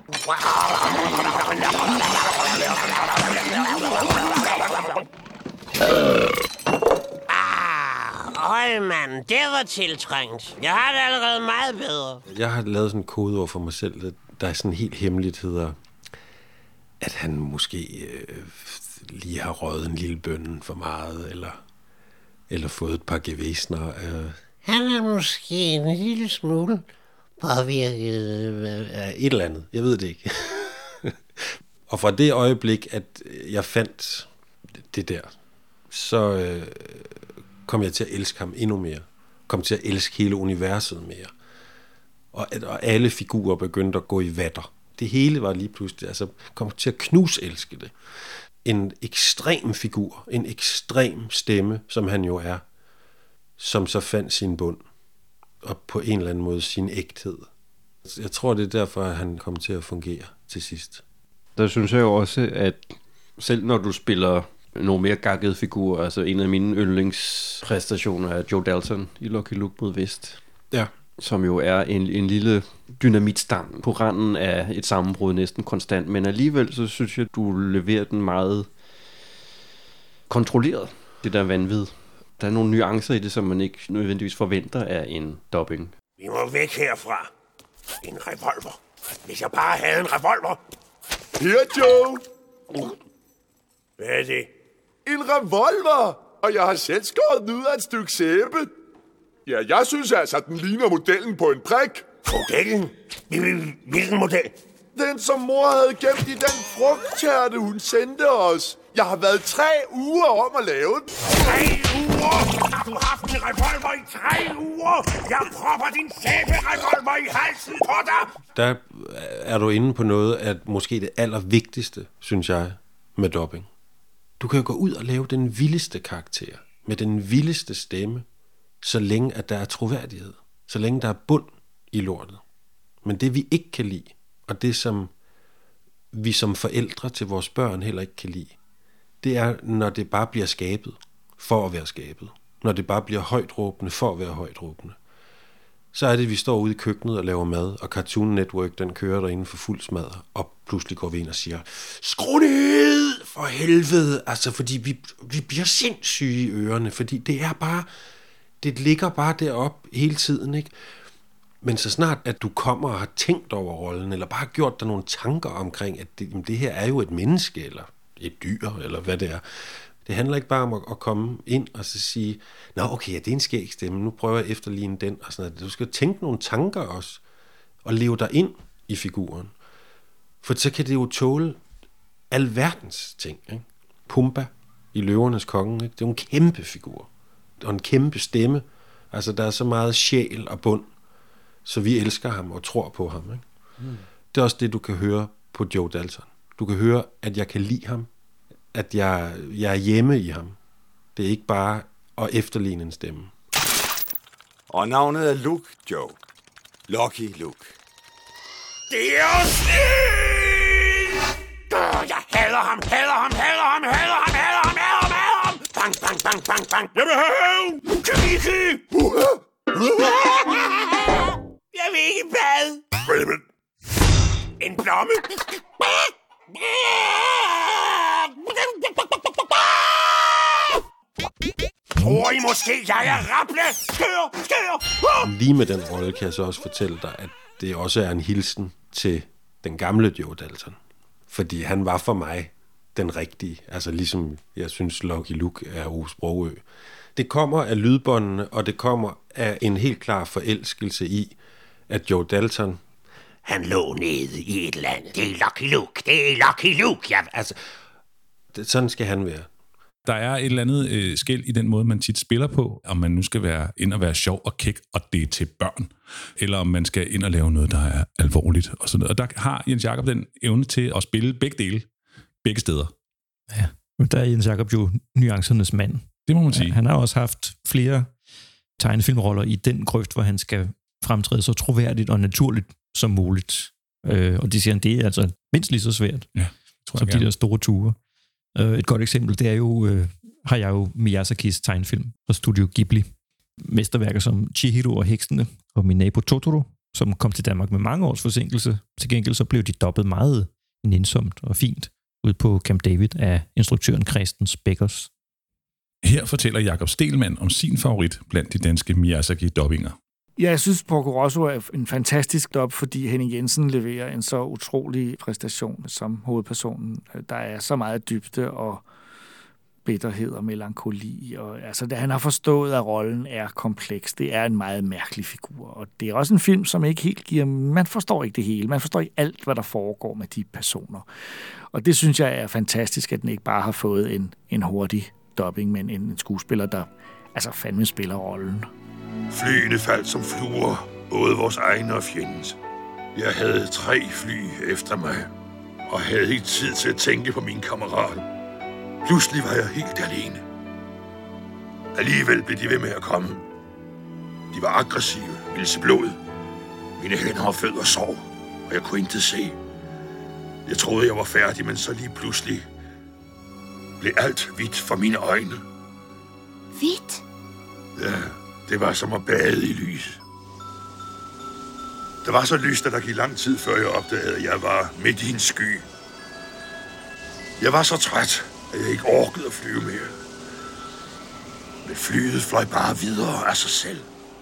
Ah, hold mand, det var tiltrængt. Jeg har det allerede meget bedre. Jeg har lavet sådan en kodeord for mig selv, der er sådan helt hemmeligt hedder, at han måske øh, lige har røget en lille bønne for meget, eller, eller fået et par gevæsner. Øh. Han er måske en lille smule påvirket. Øh, et eller andet, jeg ved det ikke. Og fra det øjeblik, at jeg fandt det der, så øh, kom jeg til at elske ham endnu mere. Kom til at elske hele universet mere. Og, og alle figurer begyndte at gå i vatter. Det hele var lige pludselig, altså kom til at knuselske det. En ekstrem figur, en ekstrem stemme, som han jo er, som så fandt sin bund, og på en eller anden måde sin ægthed. Jeg tror, det er derfor, at han kom til at fungere til sidst. Der synes jeg jo også, at selv når du spiller nogle mere gakkede figurer, altså en af mine yndlingspræstationer er Joe Dalton i Lucky Luke mod Vest. Ja. Som jo er en, en lille dynamitstang på randen af et sammenbrud næsten konstant, men alligevel så synes jeg, du leverer den meget kontrolleret, det der vanvid. Der er nogle nuancer i det, som man ikke nødvendigvis forventer af en dubbing. Vi må væk herfra. En revolver. Hvis jeg bare havde en revolver. Her, Joe. Hvad er det? En revolver! Og jeg har selv skåret den ud af et stykke sæbe. Ja, jeg synes altså, at den ligner modellen på en prik. Modellen? Hvilken model? Den, som mor havde gemt i den frugttærte, hun sendte os. Jeg har været tre uger om at lave den. Tre uger? Har du haft en revolver i tre uger? Jeg propper din sæberevolver i halsen på dig! Der er du inde på noget af måske det allervigtigste, synes jeg, med dubbing. Du kan jo gå ud og lave den vildeste karakter, med den vildeste stemme, så længe at der er troværdighed, så længe der er bund i lortet. Men det vi ikke kan lide, og det som vi som forældre til vores børn heller ikke kan lide, det er, når det bare bliver skabet for at være skabet. Når det bare bliver højtråbende for at være højtråbende. Så er det, at vi står ude i køkkenet og laver mad, og Cartoon Network, den kører derinde for fuld smadre, og pludselig går vi ind og siger, skru ned for helvede, altså fordi vi, vi bliver sindssyge i ørerne, fordi det er bare, det ligger bare deroppe hele tiden, ikke? Men så snart, at du kommer og har tænkt over rollen, eller bare har gjort dig nogle tanker omkring, at det, det her er jo et menneske, eller et dyr, eller hvad det er. Det handler ikke bare om at, at komme ind og så sige, nå okay, ja, det er en skæg stemme, nu prøver jeg efterligne den, og sådan noget. Du skal tænke nogle tanker også, og leve dig ind i figuren. For så kan det jo tåle alverdens ting, ikke? Pumba i Løvernes Konge, ikke? Det er jo en kæmpe figur, og en kæmpe stemme. Altså, der er så meget sjæl og bund, så vi elsker ham og tror på ham, ikke? Mm. Det er også det, du kan høre på Joe Dalton. Du kan høre, at jeg kan lide ham, at jeg, jeg er hjemme i ham. Det er ikke bare at efterligne en stemme. Og navnet er Luke, Joe. Lucky Luke. Det er snil! Jeg hader ham, hader ham, hader ham, hader ham, hader ham, hader ham, hader ham! Bang, bang, bang, bang, bang! Jeg vil have hævn! Kiki! Jeg vil ikke bade! Wait a minute. En blomme! Tror I måske, jeg er raple? Skør, skør! Lige med den rolle kan jeg så også fortælle dig, at det også er en hilsen til den gamle Joe Dalton. Fordi han var for mig den rigtige. Altså ligesom jeg synes Lucky Luke er Ove Sprogøe. Det kommer af lydbåndene, og det kommer af en helt klar forelskelse i, at Joe Dalton, han lå nede i et eller andet. Det er Lucky Luke, det er Lucky Luke. Ja, altså, det, sådan skal han være. Der er et eller andet øh, skel i den måde, man tit spiller på, om man nu skal være ind og være sjov og kæk, og det er til børn, eller om man skal ind og lave noget, der er alvorligt. Og, sådan noget. Og der har Jens Jakob den evne til at spille begge dele, begge steder. Ja, og der er Jens Jakob jo nuancernes mand. Det må man sige. Ja, han har også haft flere tegnefilmroller i den grøft, hvor han skal fremtræde så troværdigt og naturligt som muligt. Øh, og det siger han, det er altså mindst lige så svært, ja, tror som de der store ture. Øh, et godt eksempel, det er jo øh, Hayao Miyazakis tegnefilm fra Studio Ghibli. Mesterværker som Chihiro og Heksene og Min nabo Totoro, som kom til Danmark med mange års forsinkelse. Til gengæld så blev de dobbelt meget nænsomt og fint ud på Camp David af instruktøren Christens Beckers. Her fortæller Jakob Stelmann om sin favorit blandt de danske Miyazaki-dobbinger. Ja, jeg synes, Porco Rosso er en fantastisk dub, fordi Henning Jensen leverer en så utrolig præstation som hovedpersonen. Der er så meget dybde og bitterhed og melankoli. Og, altså, det, han har forstået, at rollen er kompleks. Det er en meget mærkelig figur. Og det er også en film, som ikke helt giver... Man forstår ikke det hele. Man forstår ikke alt, hvad der foregår med de personer. Og det synes jeg er fantastisk, at den ikke bare har fået en, en hurtig dubbing, men en skuespiller, der altså fandme spiller rollen. Flyene faldt som fluer, både vores egne og fjendens. Jeg havde tre fly efter mig, og havde ikke tid til at tænke på mine kammerater. Pludselig var jeg helt alene. Alligevel blev de ved med at komme. De var aggressive, ville se blod. Mine hænder og fødder sov, og jeg kunne intet se. Jeg troede, jeg var færdig, men så lige pludselig blev alt hvidt for mine øjne. Hvidt? Ja, det var som at bade i lys. Det var så lyst, at der gik lang tid, før jeg opdagede, at jeg var midt i en sky. Jeg var så træt, at jeg ikke orkede at flyve mere. Men flyet fløj bare videre af sig selv.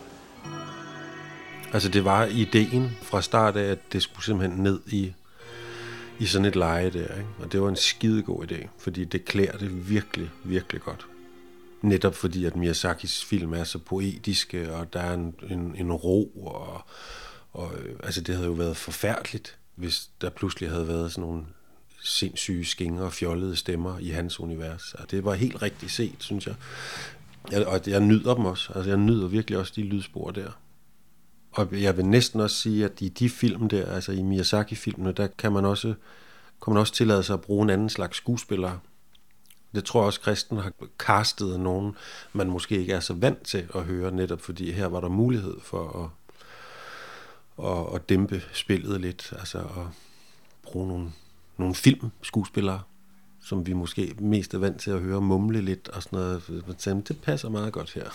Altså, det var ideen fra start af, at det skulle simpelthen ned i, i sådan et leje der, ikke? Og det var en skidegod idé, fordi det klæder det virkelig, virkelig godt. Netop fordi, at Miyazakis film er så poetiske, og der er en, en, en ro, og, og altså, det havde jo været forfærdeligt, hvis der pludselig havde været sådan nogle sindssyge skinger og fjollede stemmer i hans univers. Og det var helt rigtigt set, synes jeg. jeg og jeg nyder dem også. Altså, jeg nyder virkelig også de lydspor der. Og jeg vil næsten også sige, at i de film der, altså i Miyazaki-filmene, der kan man også, kan man også tillade sig at bruge en anden slags skuespillere. Det tror jeg også, Christen har castet nogen, man måske ikke er så vant til at høre, netop fordi her var der mulighed for at, at, at dæmpe spillet lidt, altså at bruge nogle, nogle filmskuespillere, som vi måske mest er vant til at høre mumle lidt og sådan noget. Det passer meget godt her.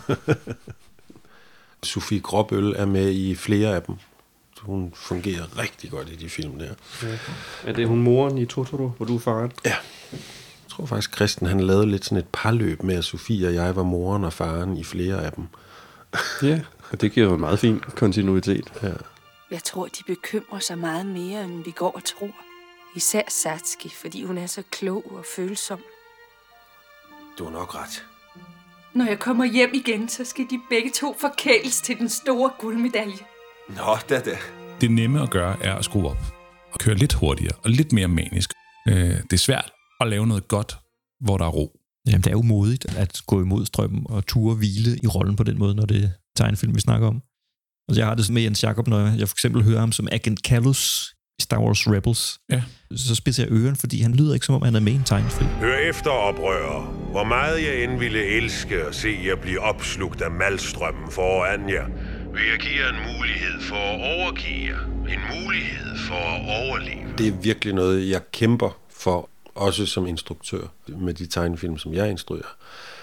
Sofie Gråbøl er med i flere af dem. Hun fungerer rigtig godt i de film der. Ja. Er det hun moren i Totoro, hvor du er faren? Ja. Jeg tror faktisk, Christen han lavede lidt sådan et parløb med, at Sofie og jeg var moren og faren i flere af dem. Ja, og det giver jo en meget fin kontinuitet. Ja. Jeg tror, de bekymrer sig meget mere, end vi går og tror. Især Satsuki, fordi hun er så klog og følsom. Du har nok ret. Når jeg kommer hjem igen, så skal de begge to forkæles til den store guldmedalje. Nå, da da. Det nemme at gøre er at skrue op og køre lidt hurtigere og lidt mere manisk. Øh, det er svært at lave noget godt, hvor der er ro. Jamen, det er jo modigt at gå imod strømmen og ture hvile i rollen på den måde, når det er tegnefilm, vi snakker om. Altså, jeg har det med Jens Jakob, når jeg for eksempel hører ham som Agent Kallus i Star Wars Rebels. Ja. Så spidser jeg øren, fordi han lyder ikke, som om han er med i en tegnefilm. Hør efter, oprører. Hvor meget jeg end ville elske at se jer blive opslugt af malstrømmen foran jer, vil jeg give jer en mulighed for at overgive jer. En mulighed for at overleve. Det er virkelig noget, jeg kæmper for, også som instruktør med de tegnefilm, som jeg instruerer.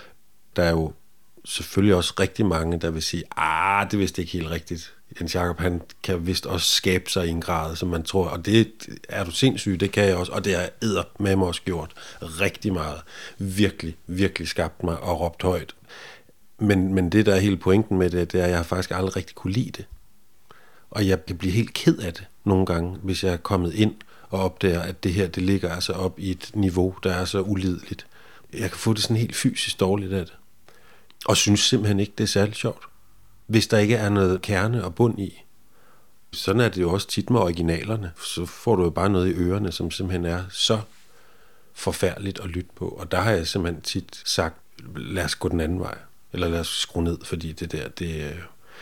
Der er jo selvfølgelig også rigtig mange, der vil sige, ah, det er vist ikke helt rigtigt. Jens Jakob, han kan vist også skabe sig i en grad, som man tror, og det er du sindssyg, det kan jeg også, og det har jeg med mig også gjort rigtig meget. Virkelig, virkelig skabt mig og råbt højt. Men, men det, der er hele pointen med det, det er, at jeg faktisk aldrig rigtig kunne lide det. Og jeg kan blive helt ked af det nogle gange, hvis jeg er kommet ind og opdager, at det her, det ligger altså op i et niveau, der er så ulideligt. Jeg kan få det sådan helt fysisk dårligt af det. Og synes simpelthen ikke, det er særlig sjovt. Hvis der ikke er noget kerne og bund i. Sådan er det jo også tit med originalerne. Så får du jo bare noget i ørerne, som simpelthen er så forfærdeligt at lytte på. Og der har jeg simpelthen tit sagt, lad os gå den anden vej. Eller lad os skrue ned, fordi det der, det,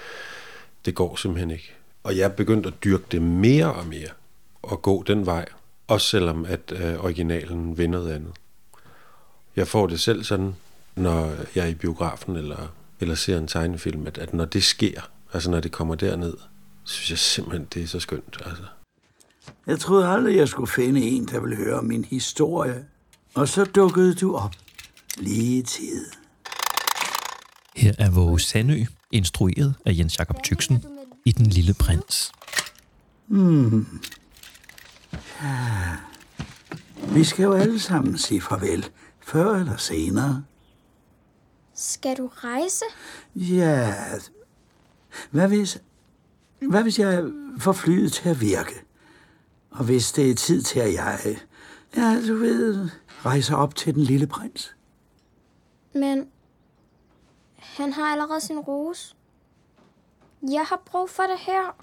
det går simpelthen ikke. Og jeg er begyndt at dyrke det mere og mere. Og gå den vej. Også selvom at øh, originalen vinder noget andet. Jeg får det selv sådan, når jeg er i biografen eller, eller ser en tegnefilm, at, at når det sker, altså når det kommer derned, så synes jeg simpelthen, det er så skønt. Altså. Jeg troede aldrig, jeg skulle finde en, der ville høre min historie. Og så dukkede du op. Lige i tide. Her er Våge Sandø, instrueret af Jens Jakob Tyksen i Den Lille Prins. Hmm. Ja. Vi skal jo alle sammen sige farvel, før eller senere. Skal du rejse? Ja. Hvad hvis, hvad hvis jeg får flyet til at virke? Og hvis det er tid til, at jeg, ja, du ved, rejser op til Den Lille Prins? Men han har allerede sin rose. Jeg har brug for det her.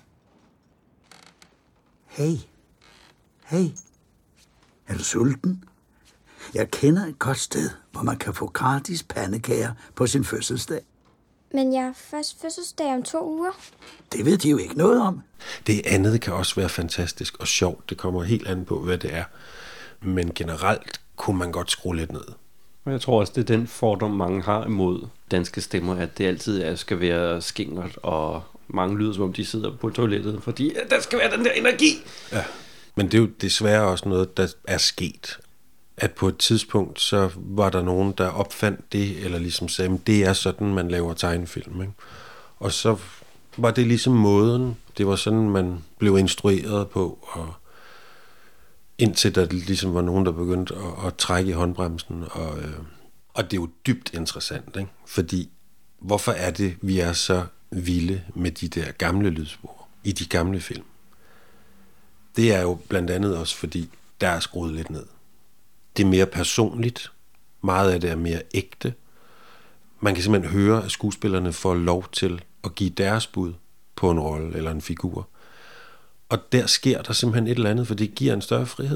Hey. Hey. Er du sulten? Jeg kender et godt sted, hvor man kan få gratis pandekager på sin fødselsdag. Men jeg har først fødselsdag om to uger. Det ved de jo ikke noget om. Det andet kan også være fantastisk og sjovt. Det kommer helt an på, hvad det er. Men generelt kunne man godt skrue lidt ned. Jeg tror også, det er den fordom, mange har imod danske stemmer, at det altid er, skal være skingert, og mange lyder, som om de sidder på toilettet, fordi der skal være den der energi. Ja, men det er jo desværre også noget, der er sket. At på et tidspunkt, så var der nogen, der opfandt det, eller ligesom sagde, at det er sådan, man laver tegnefilm. Ikke? Og så var det ligesom måden, det var sådan, man blev instrueret på, og indtil der ligesom var nogen, der begyndte at, at trække i håndbremsen. Og, øh, og det er jo dybt interessant, ikke? Fordi hvorfor er det, vi er så vilde med de der gamle lydspor i de gamle film? Det er jo blandt andet også, fordi der er skruet lidt ned. Det er mere personligt. Meget af det er mere ægte. Man kan simpelthen høre, at skuespillerne får lov til at give deres bud på en rolle eller en figur. Og der sker der simpelthen et eller andet, for det giver en større frihed.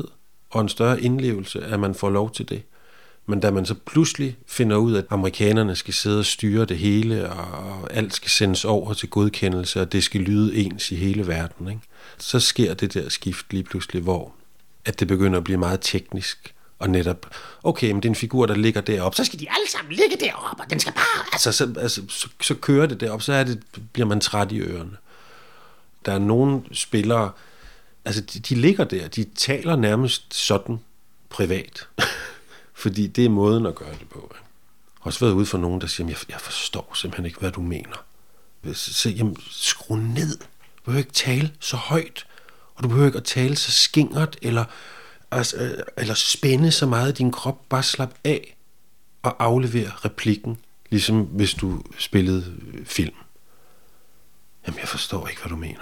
og en større indlevelse, at man får lov til det. Men da man så pludselig finder ud af, at amerikanerne skal sidde og styre det hele, og alt skal sendes over til godkendelse, og det skal lyde ens i hele verden, ikke? Så sker det der skift lige pludselig, hvor at det begynder at blive meget teknisk, og netop, okay, men det er en figur, der ligger deroppe, så skal de alle sammen ligge deroppe, og den skal bare, altså, så, altså, så, så kører det deroppe, så er det, bliver man træt i ørerne. Der er nogle spillere, altså de, de ligger der, de taler nærmest sådan privat, fordi det er måden at gøre det på. Jeg har også været ude for nogen, der siger, jeg, jeg forstår simpelthen ikke, hvad du mener. Så jamen, skru ned. Du behøver ikke tale så højt, og du behøver ikke at tale så skingert, eller, altså, eller spænde så meget i din krop. Bare slap af og aflevere replikken, ligesom hvis du spillede film. Jamen, jeg forstår ikke, hvad du mener.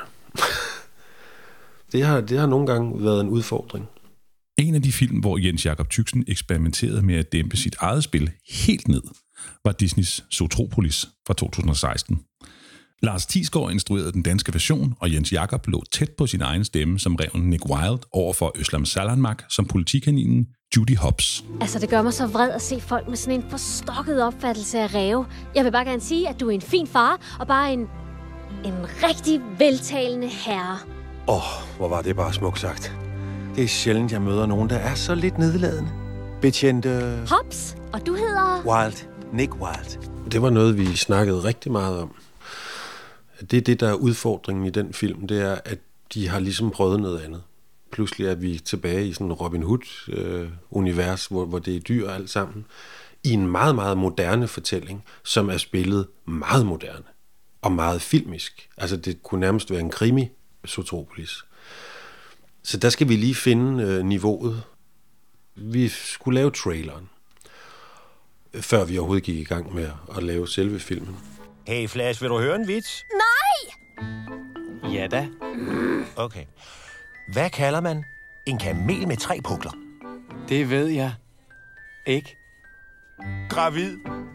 det, har, det har nogle gange været en udfordring. En af de film, hvor Jens Jakob Tychsen eksperimenterede med at dæmpe sit eget spil helt ned, var Disneys Zootropolis fra to tusind og seksten. Lars Thiesgaard instruerede den danske version, og Jens Jakob lå tæt på sin egen stemme som reven Nick Wilde overfor Özlem Sallanmak som politikaninen Judy Hopps. Altså, det gør mig så vred at se folk med sådan en forstokket opfattelse af ræve. Jeg vil bare gerne sige, at du er en fin far, og bare en, en rigtig veltalende herre. Åh, oh, hvor var det bare smukt sagt. Det er sjældent, jeg møder nogen, der er så lidt nedladende. Betjente... Hops, og du hedder... Wild. Nick Wilde. Det var noget, vi snakkede rigtig meget om. Det er det, der er udfordringen i den film, det er, at de har ligesom prøvet noget andet. Pludselig er vi tilbage i sådan en Robin Hood-univers, hvor, hvor det er dyr alt sammen, i en meget, meget moderne fortælling, som er spillet meget moderne og meget filmisk. Altså, det kunne nærmest være en krimi, Zootropolis. Så der skal vi lige finde øh, niveauet. Vi skulle lave traileren, før vi overhovedet gik i gang med at lave selve filmen. Hey Flash, vil du høre en vits? Nej! Ja da. Okay. Hvad kalder man en kamel med tre pukler? Det ved jeg ikke. Gravid.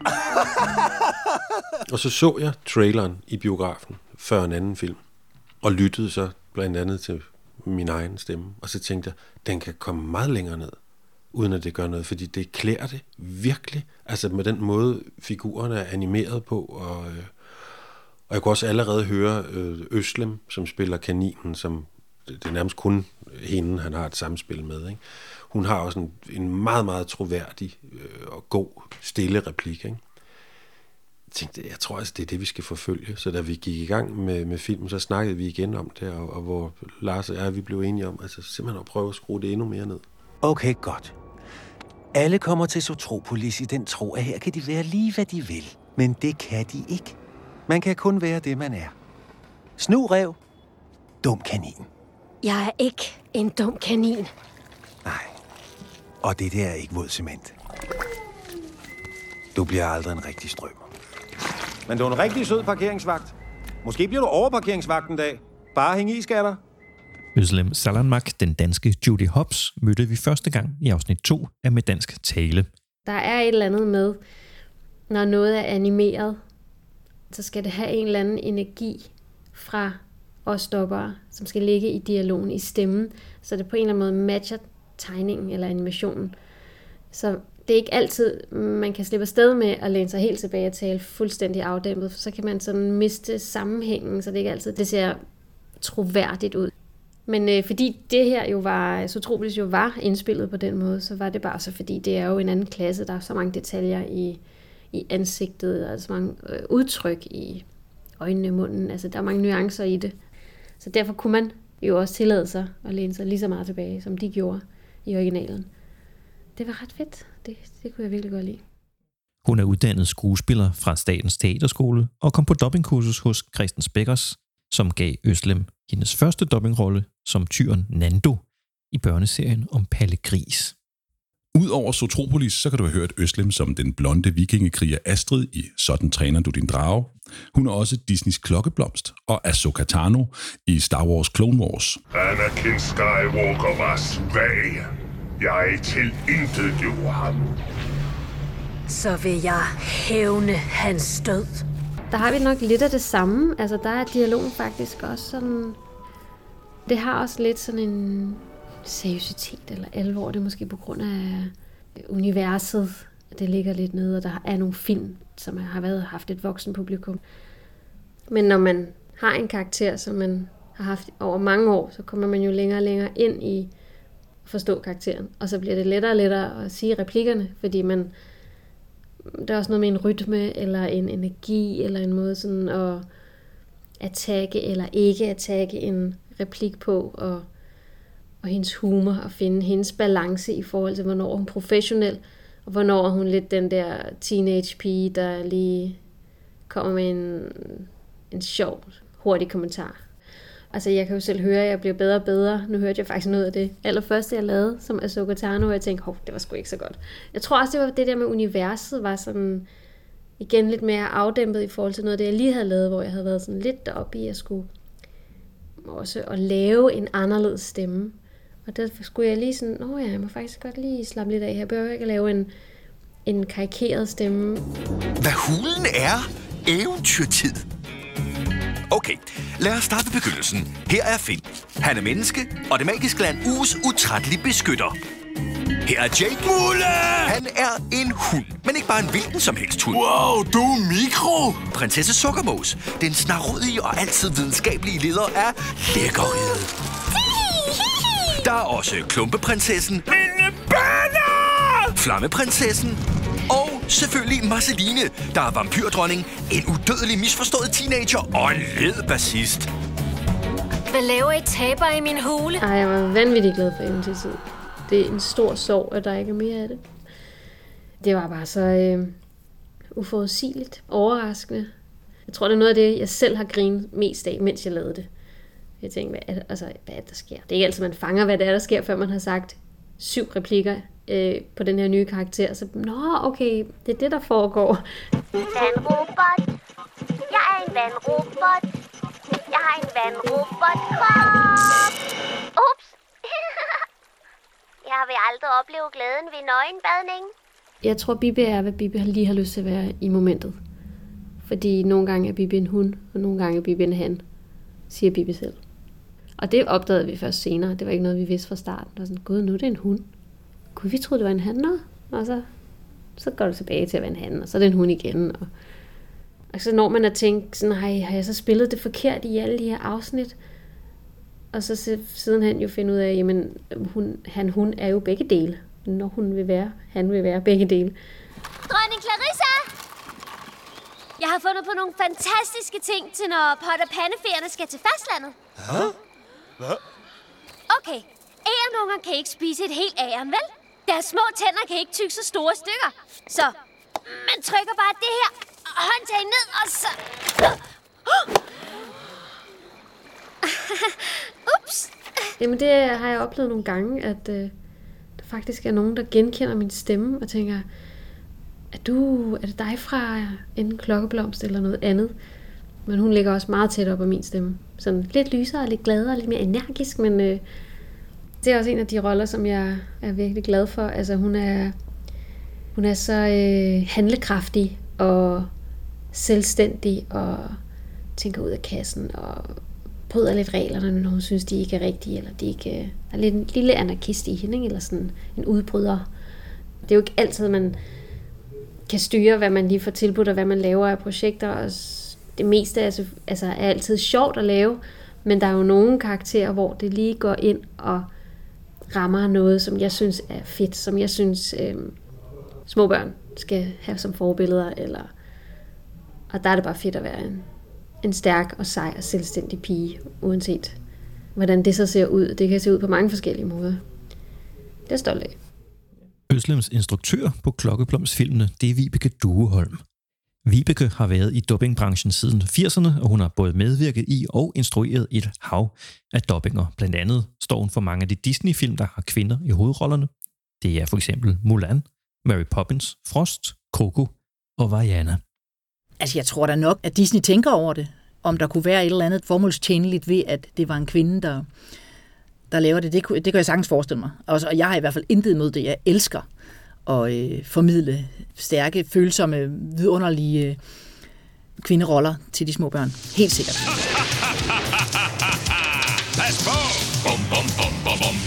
Og så så jeg traileren i biografen før en anden film, og lyttede så blandt andet til min egen stemme. Og så tænkte jeg, den kan komme meget længere ned, uden at det gør noget, fordi det klæder det virkelig. Altså med den måde, figurerne er animeret på, og, øh, og jeg kunne også allerede høre øh, Özlem, som spiller kaninen, som det er nærmest kun hende, han har et samspil med, ikke? Hun har også en, en meget, meget troværdig øh, og god, stille replik, ikke? Jeg tænkte, jeg tror altså, det er det, vi skal forfølge. Så da vi gik i gang med, med filmen, så snakkede vi igen om det, og, og hvor Lars og jeg, vi blev enige om, altså simpelthen at prøve at skrue det endnu mere ned. Okay, godt. Alle kommer til Zootropolis i den tro, at her kan de være lige, hvad de vil. Men det kan de ikke. Man kan kun være det, man er. Snu rev. Dum kanin. Jeg er ikke en dum kanin. Nej. Og det der er ikke våd cement. Du bliver aldrig en rigtig strømmer. Men du er en rigtig sød parkeringsvagt. Måske bliver du overparkeringsvagt en dag. Bare hæng i, skatter. Özlem Sallanmak, den danske Judy Hopps, mødte vi første gang i afsnit to af Med Dansk Tale. Der er et eller andet med, når noget er animeret, så skal det have en eller anden energi fra os stoppere, som skal ligge i dialogen, i stemmen, så det på en eller anden måde matcher tegningen eller animationen. Så det er ikke altid, man kan slippe afsted med at læne sig helt tilbage og tale fuldstændig afdæmpet, for så kan man sådan miste sammenhængen, så det ikke altid det ser troværdigt ud. Men øh, fordi det her jo var, Zootropolis jo var indspillet på den måde, så var det bare så, fordi det er jo en anden klasse, der er så mange detaljer i, i ansigtet, og så mange øh, udtryk i øjnene og munden, altså der er mange nuancer i det. Så derfor kunne man jo også tillade sig at læne sig lige så meget tilbage, som de gjorde i originalen. Det var ret fedt. Det, det kunne jeg virkelig godt lide. Hun er uddannet skuespiller fra Statens Teaterskole og kom på dubbingkursus hos Christen Speckers, som gav Özlem hendes første dubbingrolle som tyren Nando i børneserien om Palle Gris. Udover Zootropolis, så kan du have hørt Özlem som den blonde vikingekriger Astrid i Sådan træner du din drage. Hun er også Disneys klokkeblomst og Ahsoka Tano i Star Wars Clone Wars. Anakin Skywalker var svag. Jeg tilintetgjorde ham. Så vil jeg hævne hans død. Der har vi nok lidt af det samme. Altså, der er dialogen faktisk også sådan... Det har også lidt sådan en seriøsitet eller alvor. Det er måske på grund af universet, det ligger lidt nede, og der er nogle film, som har været haft et voksen publikum. Men når man har en karakter, som man har haft over mange år, så kommer man jo længere og længere ind i at forstå karakteren. Og så bliver det lettere og lettere at sige replikkerne, fordi man, der er også noget med en rytme, eller en energi, eller en måde sådan at attacke eller ikke attacke en replik på, og, og hendes humor, og finde hendes balance i forhold til, hvornår hun er professionel, og hvornår hun lidt den der teenage pige, der lige kommer med en, en sjov, hurtig kommentar. Altså, jeg kan jo selv høre, at jeg bliver bedre og bedre. Nu hørte jeg faktisk noget af det allerførste, jeg lavede, som Ahsoka Tano, og jeg tænkte, hov, det var sgu ikke så godt. Jeg tror også, det var det der med universet, var sådan igen lidt mere afdæmpet i forhold til noget af det, jeg lige havde lavet, hvor jeg havde været sådan lidt deroppe i, at skulle også at lave en anderledes stemme. Og der skulle jeg lige sådan, åh ja, jeg må faktisk godt lige slappe lidt af. Jeg behøver ikke at lave en, en karikeret stemme. Hvad hulen er eventyrtid? Okay, lad os starte ved begyndelsen. Her er Finn. Han er menneske, og det magiske land Uges utrættelige beskytter. Her er Jake. Mulle! Han er en hund, men ikke bare en hvilken som helst hund. Wow, du er mikro! Prinsesse Sukkermås, den snarrådige og altid videnskabelige leder af Lækkerriget. Der er også Klumpeprinsessen. Mine børner! Flammeprinsessen. Og selvfølgelig Marceline, der er vampyrdronning, en udødelig misforstået teenager og en led bassist. Hvad laver I taber i min hule? Ej, jeg var vanvittigt glad for eventyrtid. Det er en stor sorg, at der ikke er mere af det. Det var bare så øh, uforudsigeligt, overraskende. Jeg tror, det er noget af det, jeg selv har grinet mest af, mens jeg lavede det. Jeg tænkte, hvad er det, altså, hvad er det, der sker? Det er ikke altid, man fanger, hvad det er, der sker, før man har sagt syv replikker øh, på den her nye karakter. Så, nå, okay, det er det, der foregår. Vandrobot. Jeg er en vandrobot. Jeg har en vandrobot-krop. Ups. Jeg vil aldrig opleve glæden ved nøgenbadning. Jeg tror, Bibi er, hvad Bibi lige har lyst til at være i momentet. Fordi nogle gange er Bibi en hund, og nogle gange er Bibi en han, siger Bibi selv. Og det opdagede vi først senere. Det var ikke noget, vi vidste fra starten. Det var sådan, gud, nu er det en hund. Gud, vi troede, det var en han, nå. Og så, så går det tilbage til at være en han, og så er det en hund igen. Og, og så når man har tænkt, sådan, har, har jeg så spillet det forkert i alle de her afsnit? Og så sidenhen jo finde ud af, jamen, hun, han, hun er jo begge dele. Når hun vil være, han vil være begge dele. Dronning Clarissa! Jeg har fundet på nogle fantastiske ting til, når pot- og pandeferierne skal til fastlandet. Hæ? Hvad? Okay, ærenunger kan ikke spise et helt æren, vel? Deres små tænder kan ikke tygge så store stykker. Så man trykker bare det her håndtag ned, og så... Ups! Jamen det har jeg oplevet nogle gange, at øh, der faktisk er nogen, der genkender min stemme og tænker, er, du, er det dig fra enten Klokkeblomst eller noget andet? Men hun ligger også meget tæt op af min stemme. Sådan lidt lysere, lidt gladere, lidt mere energisk, men øh, det er også en af de roller, som jeg er virkelig glad for. Altså hun er, hun er så øh, handlekraftig og selvstændig og tænker ud af kassen og bryder lidt reglerne, når hun synes, de ikke er rigtige, eller de ikke øh, er lidt en lille anarkist i hende, eller sådan en udbryder. Det er jo ikke altid, man kan styre, hvad man lige får tilbudt, og hvad man laver af projekter, og det meste er, altså, altså, er altid sjovt at lave, men der er jo nogle karakterer, hvor det lige går ind og rammer noget, som jeg synes er fedt, som jeg synes øh, små børn skal have som forbilleder, eller, og der er det bare fedt at være en, en stærk og sej og selvstændig pige, uanset hvordan det så ser ud. Det kan se ud på mange forskellige måder. Det er jeg stolt af. Øslems instruktør på Klokkeblomst-filmene, det er Vibeke Dueholm. Vibeke har været i dubbingbranchen siden firserne, og hun har både medvirket i og instrueret et hav af dubbinger. Blandt andet står hun for mange af de Disney-film, der har kvinder i hovedrollerne. Det er for eksempel Mulan, Mary Poppins, Frost, Coco og Vaiana. Altså, jeg tror da nok, at Disney tænker over det. Om der kunne være et eller andet formålstjenligt ved, at det var en kvinde, der, der laver det. Det, det kan jeg sagtens forestille mig. Og jeg har i hvert fald intet imod det. Jeg elsker at øh, formidle stærke, følsomme, vidunderlige øh, kvinderoller til de små børn. Helt sikkert. Pas på! Bum, bum, bum, bum, bum.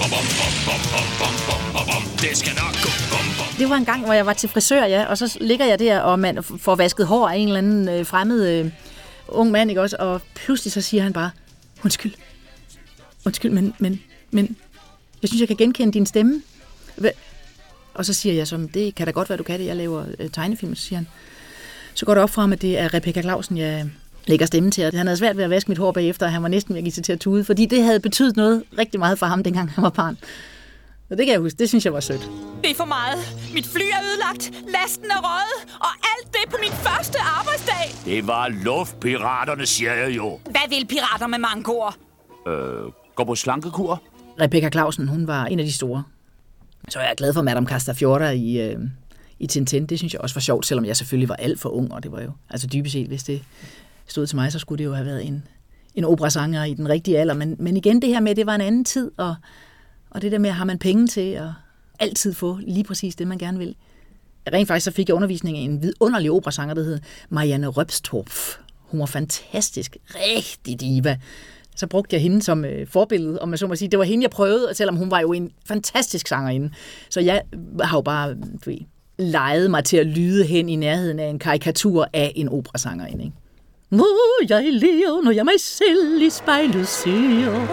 Det skal nok gå. Det var en gang, hvor jeg var til frisør, ja, og så ligger jeg der, og man får vasket hår af en eller anden øh, fremmed øh, ung mand, ikke også? Og pludselig så siger han bare, undskyld, undskyld, men, men, men jeg synes, jeg kan genkende din stemme. Og så siger jeg, som det kan da godt være, du kan det, jeg laver øh, tegnefilm, så siger han, så går det op for ham, at det er Rebecca Clausen, jeg lægger stemmen til, og han havde svært ved at vaske mit hår bagefter, og han var næsten ved at give sig til at tude, fordi det havde betydet noget rigtig meget for ham, dengang han var barn. Og det kan jeg huske, det synes jeg var sødt. Det er for meget. Mit fly er ødelagt, lasten er røget, og alt det på min første arbejdsdag. Det var luftpiraterne, siger jeg jo. Hvad vil pirater med mangoer? Øh, gå på slankekur? Rebecca Clausen, hun var en af de store. Så jeg er glad for Madame Castafiore i, øh, i Tintin. Det synes jeg også var sjovt, selvom jeg selvfølgelig var alt for ung, og det var jo, altså dybest set, hvis det stod til mig, så skulle det jo have været en, en operasanger i den rigtige alder. Men, men igen, det her med, det var en anden tid, og, og det der med, har man penge til at altid få lige præcis det, man gerne vil. Rent faktisk så fik jeg undervisning i en vidunderlig operasanger, der hed Marianne Røbstorff. Hun var fantastisk, rigtig diva. Så brugte jeg hende som øh, forbillede, om man så må sige. Det var hende, jeg prøvede, selvom hun var jo en fantastisk sangerinde. Så jeg har jo bare du ved, leget mig til at lyde hen i nærheden af en karikatur af en operasangerinde, ikke? Må jeg lever, når jeg mig selv i spejlet ser.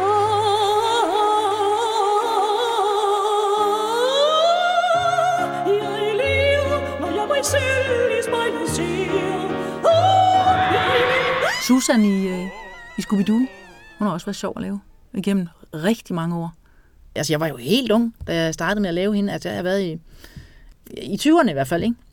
Susan i, øh, i Scooby-Doo, hun har også været sjov at lave igennem rigtig mange år. Altså, jeg var jo helt ung, da jeg startede med at lave hende. Altså, jeg har været i, i tyverne i hvert fald, ikke?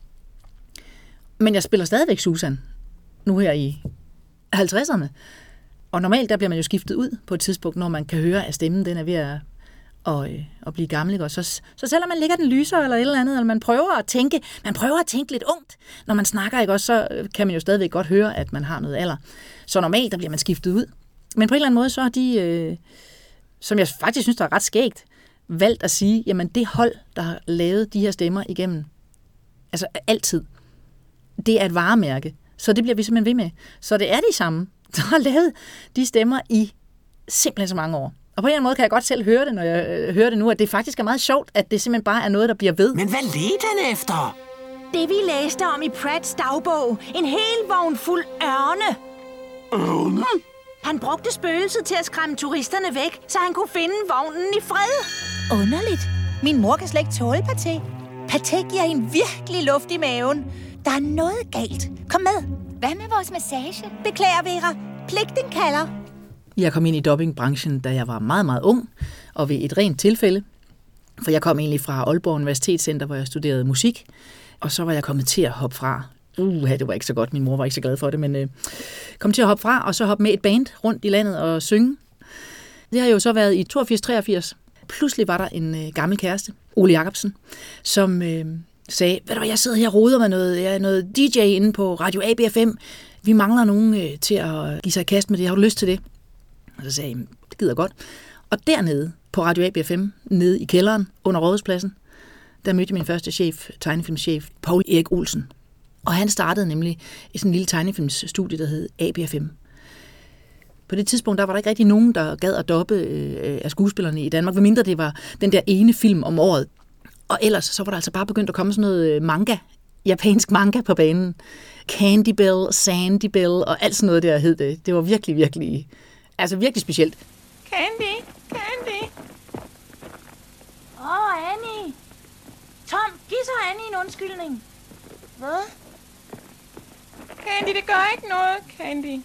Men jeg spiller stadigvæk Susan, nu her i halvtredserne. Og normalt, der bliver man jo skiftet ud på et tidspunkt, når man kan høre, at stemmen den er ved at, at, at blive gammel, ikke? Og så, så selvom man ligger den lyser eller et eller andet, eller man prøver at tænke, man prøver at tænke lidt ungt, når man snakker, ikke? Også, så kan man jo stadigvæk godt høre, at man har noget alder. Så normalt, der bliver man skiftet ud. Men på en eller anden måde, så har de, øh, som jeg faktisk synes, der er ret skægt, valgt at sige, jamen det hold, der har lavet de her stemmer igennem, altså altid, det er et varemærke. Så det bliver vi simpelthen ved med. Så det er de samme, der har lavet de stemmer i simpelthen så mange år. Og på en eller anden måde kan jeg godt selv høre det, når jeg øh, hører det nu, at det faktisk er meget sjovt, at det simpelthen bare er noget, der bliver ved. Men hvad ledte han efter? Det vi læste om i Pratts dagbog. En hel vogn fuld ørne. Ørne? Han brugte spøgelset til at skræmme turisterne væk, så han kunne finde vognen i fred. Underligt. Min mor kan slet ikke tåle paté. Paté giver hende virkelig luft i maven. Der er noget galt. Kom med. Hvad med vores massage? Beklager, Vera. Pligten kalder. Jeg kom ind i dubbingbranchen, da jeg var meget, meget ung, og ved et rent tilfælde. For jeg kom egentlig fra Aalborg Universitetscenter, hvor jeg studerede musik, og så var jeg kommet til at hoppe fra. Uh, det var ikke så godt. Min mor var ikke så glad for det, men øh, kom til at hoppe fra, og så hoppe med et band rundt i landet og synge. Det har jo så været i toogfirs treogfirs. Pludselig var der en øh, gammel kæreste, Ole Jacobsen, som øh, sagde, ved du hvad, jeg sidder her og roder med noget, jeg er noget D J inde på Radio A B F M. Vi mangler nogen øh, til at give sig i kast med det. Har du lyst til det? Og så sagde jeg, det gider godt. Og dernede på Radio A B F M, nede i kælderen under Rådhuspladsen, der mødte min første chef, tegnefilmschef, Paul Erik Olsen. Og han startede nemlig i sådan en lille tegnefilmsstudie, der hed A B F M. På det tidspunkt, der var der ikke rigtig nogen, der gad at dobbe øh, af skuespillerne i Danmark, medmindre det var den der ene film om året. Og ellers så var der altså bare begyndt at komme sådan noget manga, japansk manga på banen. Candy Bell, Sandy Bell og alt sådan noget der hed det. Det var virkelig, virkelig, altså virkelig specielt. Candy, Candy. Åh, oh, Annie. Tom, giv så Annie en undskyldning. Hvad? Candy, det gør ikke noget, Candy.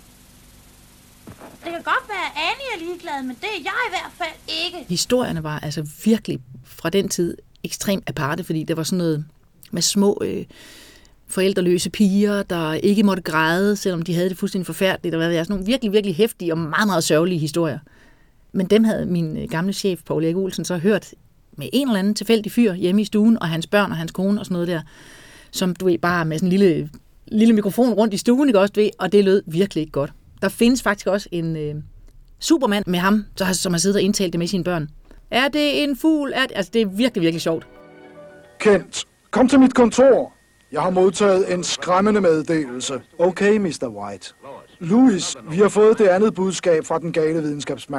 Det kan godt være, at Annie er ligeglad, men det er jeg i hvert fald ikke. Historierne var altså virkelig fra den tid ekstremt aparte, fordi der var sådan noget med små øh, forældreløse piger, der ikke måtte græde, selvom de havde det fuldstændig forfærdeligt. Der var sådan nogle virkelig, virkelig heftige og meget, meget sørgelige historier. Men dem havde min gamle chef, Paul Erik Olsen, så hørt med en eller anden tilfældig fyr hjemme i stuen, og hans børn og hans kone og sådan noget der, som du ved, bare med sådan en lille, lille mikrofon rundt i stuen, ikke også, du ved, og det lød virkelig ikke godt. Der findes faktisk også en øh, supermand med ham, som har siddet og indtalt det med sine børn. Er det en fugl? Er det? Altså, det er virkelig, virkelig sjovt. Kent, kom til mit kontor. Jeg har modtaget en skræmmende meddelelse. Okay, mister White. Louis, vi har fået det andet budskab fra den gale videnskabsmand.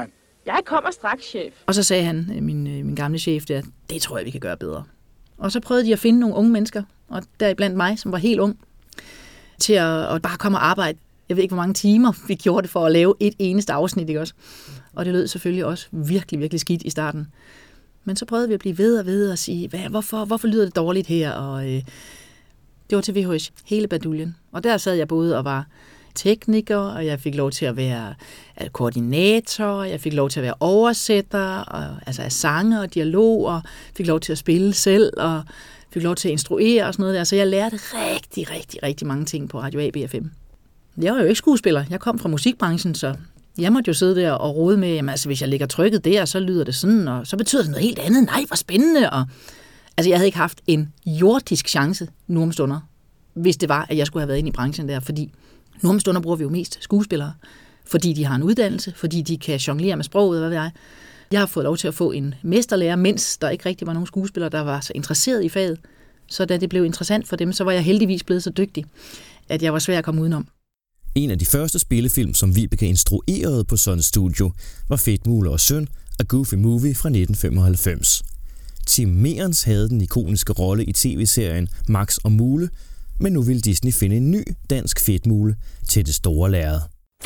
Jeg kommer straks, chef. Og så sagde han, min, min gamle chef, der, det tror jeg, vi kan gøre bedre. Og så prøvede de at finde nogle unge mennesker, og deriblandt mig, som var helt ung, til at, at bare komme og arbejde. Jeg ved ikke, hvor mange timer vi gjorde det for at lave et eneste afsnit, ikke også? Og det lød selvfølgelig også virkelig, virkelig skidt i starten. Men så prøvede vi at blive ved og ved og sige, hvad, hvorfor, hvorfor lyder det dårligt her? Og øh, det var til V H S, hele baduljen. Og der sad jeg både og var tekniker, og jeg fik lov til at være koordinator, jeg fik lov til at være oversætter, og, altså af sange og dialog, og fik lov til at spille selv, og fik lov til at instruere og sådan noget der. Så jeg lærte rigtig, rigtig, rigtig mange ting på Radio A B F M. Jeg var jo ikke skuespiller. Jeg kom fra musikbranchen, så jeg måtte jo sidde der og rode med, jamen altså, hvis jeg lægger trykket der, så lyder det sådan, og så betyder det noget helt andet. Nej, hvor spændende. Og, altså, jeg havde ikke haft en jordisk chance nu om stunder, hvis det var, at jeg skulle have været inde i branchen der, fordi nu om stunder bruger vi jo mest skuespillere, fordi de har en uddannelse, fordi de kan jonglere med sproget, hvad ved jeg. Jeg har fået lov til at få en mesterlærer, mens der ikke rigtig var nogen skuespillere, der var så interesseret i faget. Så da det blev interessant for dem, så var jeg heldigvis blevet så dygtig, at jeg var svær at komme udenom. En af de første spillefilm, som Vibeke instruerede på Sun Studio, var Fedtmule og Søn, A Goofy Movie fra nitten femoghalvfems. Tim Mehrens havde den ikoniske rolle i tv-serien Max og Mule, men nu vil Disney finde en ny dansk Fedtmule til det store lærred.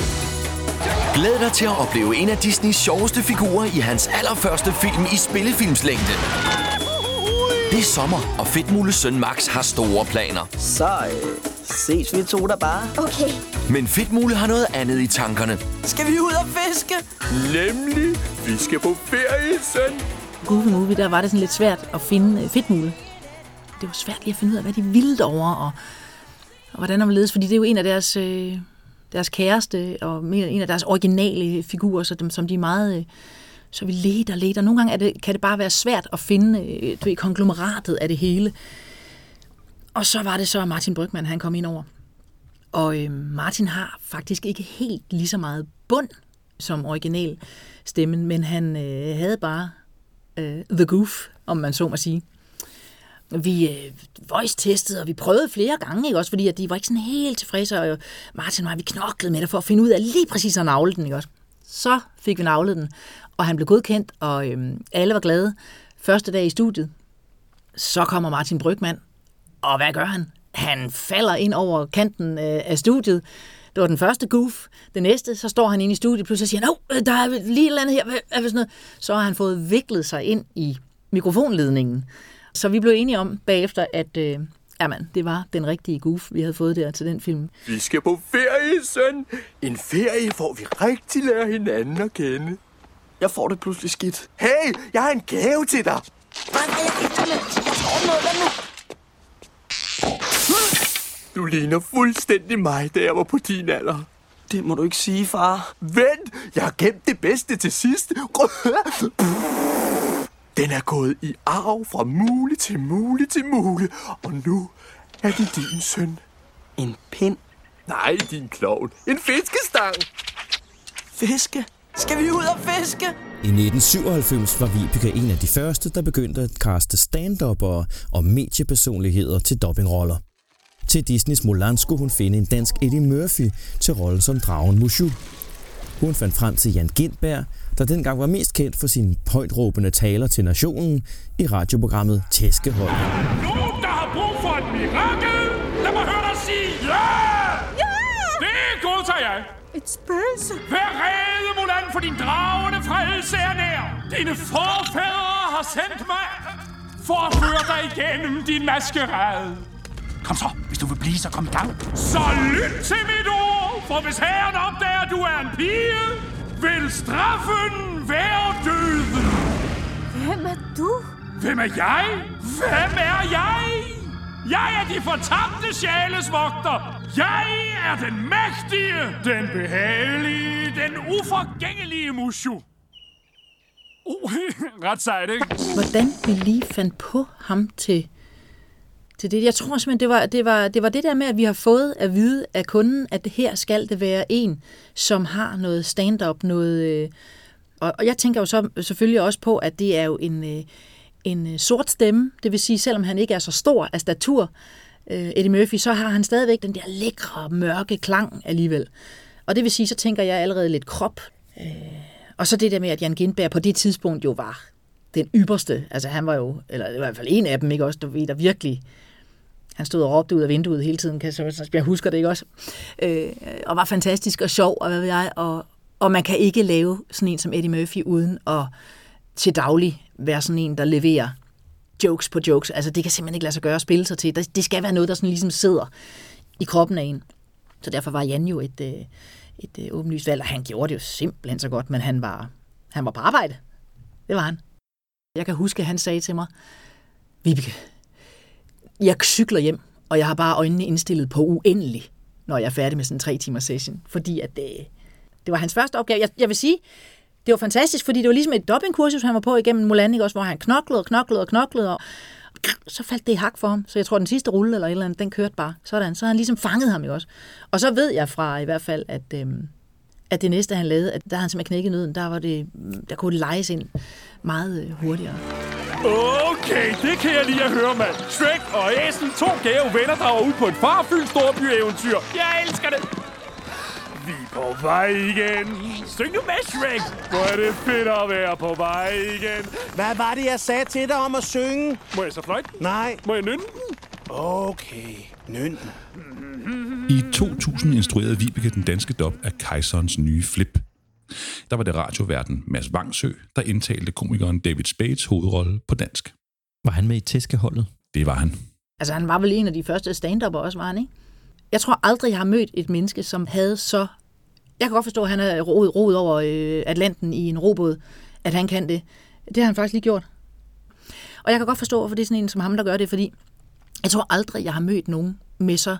Glæd dig til at opleve en af Disneys sjoveste figurer i hans allerførste film i spillefilmslængde. Det er sommer, og Fedtmules søn Max har store planer. Så øh, ses vi to der bare. Okay. Men Fedtmule har noget andet i tankerne. Skal vi ud og fiske? Nemlig, vi skal på ferie, søn. Goofy Movie, der var det sådan lidt svært at finde Fedtmule. Det var svært lige at finde ud af, hvad de ville derovre, og, og hvordan de ledes, fordi det er jo en af deres, øh, deres kæreste, og en af deres originale figurer, så dem, som de er meget... Øh, så vi ledte og ledte, og nogle gange er det, kan det bare være svært at finde øh, du ved, konglomeratet af det hele. Og så var det så, Martin Brygmann, han kom ind over. Og øh, Martin har faktisk ikke helt lige så meget bund som original stemmen, men han øh, havde bare øh, the goof, om man så må sige. Vi øh, voice-testede, og vi prøvede flere gange, ikke også, fordi at de var ikke sådan helt tilfredse, og Martin og vi knoklede med det for at finde ud af lige præcis at navle den, ikke også. Så fik vi navlet den, og han blev godkendt, og øh, alle var glade. Første dag i studiet, så kommer Martin Brygmann, og hvad gør han? Han falder ind over kanten øh, af studiet. Det var den første goof. Det næste, så står han inde i studiet, pludselig siger han, der er lige et eller andet her. Hvad, hvad, sådan noget? Så har han fået viklet sig ind i mikrofonledningen. Så vi blev enige om bagefter, at øh, jamen, det var den rigtige goof, vi havde fået der til den film. Vi skal på ferie, søn. En ferie, hvor vi rigtig lærer hinanden at kende. Jeg får det pludselig skidt. Hey, jeg har en gave til dig. Hvad er jeg efter med? Jeg får noget, hvad nu? Du ligner fuldstændig mig, da jeg var på din alder. Det må du ikke sige, far. Vent, jeg har gemt det bedste til sidst. Den er gået i arv fra mule til mule til mule, og nu er det din søn. En pind? Nej, din klovn. En fiskestang. Fiske? Skal vi ud og fiske? I nitten syvoghalvfems var Vibeke en af de første, der begyndte at kaste stand-uppere og mediepersonligheder til dobbingroller. Til Disneys Mulan skulle hun finde en dansk Eddie Murphy til rollen som dragen Mushu. Hun fandt frem til Jan Gintberg, der dengang var mest kendt for sine højtråbende taler til nationen i radioprogrammet Tæskehold. Nogen, der har brug for et mirakel, lad mig høre dig sige ja! Ja! Det godtager jeg. Et spøgelse. Vær rede, Mulan, for din dragende frelse er nær. Dine forfædre har sendt mig for at føre dig igennem din maskerade. Kom så, hvis du vil blive, så kom i gang. Så lyt til mit ord, for hvis herren opdager, at du er en pige, vil straffen være døden. Hvem er du? Hvem er jeg? Hvem er jeg? Jeg er de fortabte sjæles vogter. Jeg er den mægtige, den behagelige, den uforgængelige Mushu. Uh, ret sejt, ikke? Hvordan vi lige fandt på ham til, til det? Jeg tror simpelthen, det var, det, var, det var det der med, at vi har fået at vide af kunden, at her skal det være en, som har noget stand-up, noget... Øh, og, og jeg tænker jo så selvfølgelig også på, at det er jo en... Øh, en sort stemme, det vil sige, selvom han ikke er så stor af statur, øh, Eddie Murphy, så har han stadigvæk den der lækre, mørke klang alligevel. Og det vil sige, så tænker jeg allerede lidt krop. Øh, Og så det der med, at Jan Gintberg på det tidspunkt jo var den ypperste. Altså han var jo, eller i hvert fald en af dem, ikke også, der, der virkelig... Han stod og råbte ud af vinduet hele tiden, kan jeg, jeg husker det ikke også. Øh, og var fantastisk og sjov, og hvad ved jeg. Og, og man kan ikke lave sådan en som Eddie Murphy, uden at til daglig være sådan en, der leverer jokes på jokes. Altså det kan simpelthen ikke lade sig gøre at spille sig til. Det skal være noget, der sådan ligesom sidder i kroppen af en. Så derfor var Jan jo et, et, et åbenlyst valg, og han gjorde det jo simpelthen så godt, men han var, han var på arbejde. Det var han. Jeg kan huske, at han sagde til mig, Vibeke, jeg cykler hjem, og jeg har bare øjnene indstillet på uendelig, når jeg er færdig med sådan en tre timers session. Fordi at det, det var hans første opgave. Jeg, jeg vil sige, det var fantastisk, fordi det var ligesom et dubbingkursus, han var på igennem Mulan, ikke også, hvor han knoklede og knoklede og knoklede, og så faldt det i hak for ham. Så jeg tror, den sidste rulle eller et eller andet, den kørte bare sådan. Så han ligesom fanget ham, ikke også. Og så ved jeg fra i hvert fald, at, øhm, at det næste, han lavede, at der han simpelthen knækket nøden, der, var det, der kunne det lejes ind meget øh, hurtigere. Okay, det kan jeg lige at høre, mand. Shrek og Æsel, to gave venner, der var ude på et farfyldt storby-eventyr. Jeg elsker det. Vi er på vej igen. Syng nu med, Shrek. Hvor er det fedt at være på vej igen. Hvad var det, jeg sagde til dig om at synge? Må jeg så fløjte? Nej. Må jeg nynne den? Okay, nynne den. I to tusind instruerede Vibeke den danske dub af Kejserens nye Flip. Der var det radioverden Mads Vangsø, der indtalte komikeren David Spades hovedrolle på dansk. Var han med i tæskeholdet? Det var han. Altså han var vel en af de første stand-up'er også, var han ikke? Jeg tror aldrig, jeg har mødt et menneske, som havde så... Jeg kan godt forstå, at han er roet, roet over øh, Atlanten i en robåd, at han kan det. Det har han faktisk lige gjort. Og jeg kan godt forstå, hvorfor det er sådan en som ham, der gør det, fordi jeg tror aldrig, jeg har mødt nogen med så,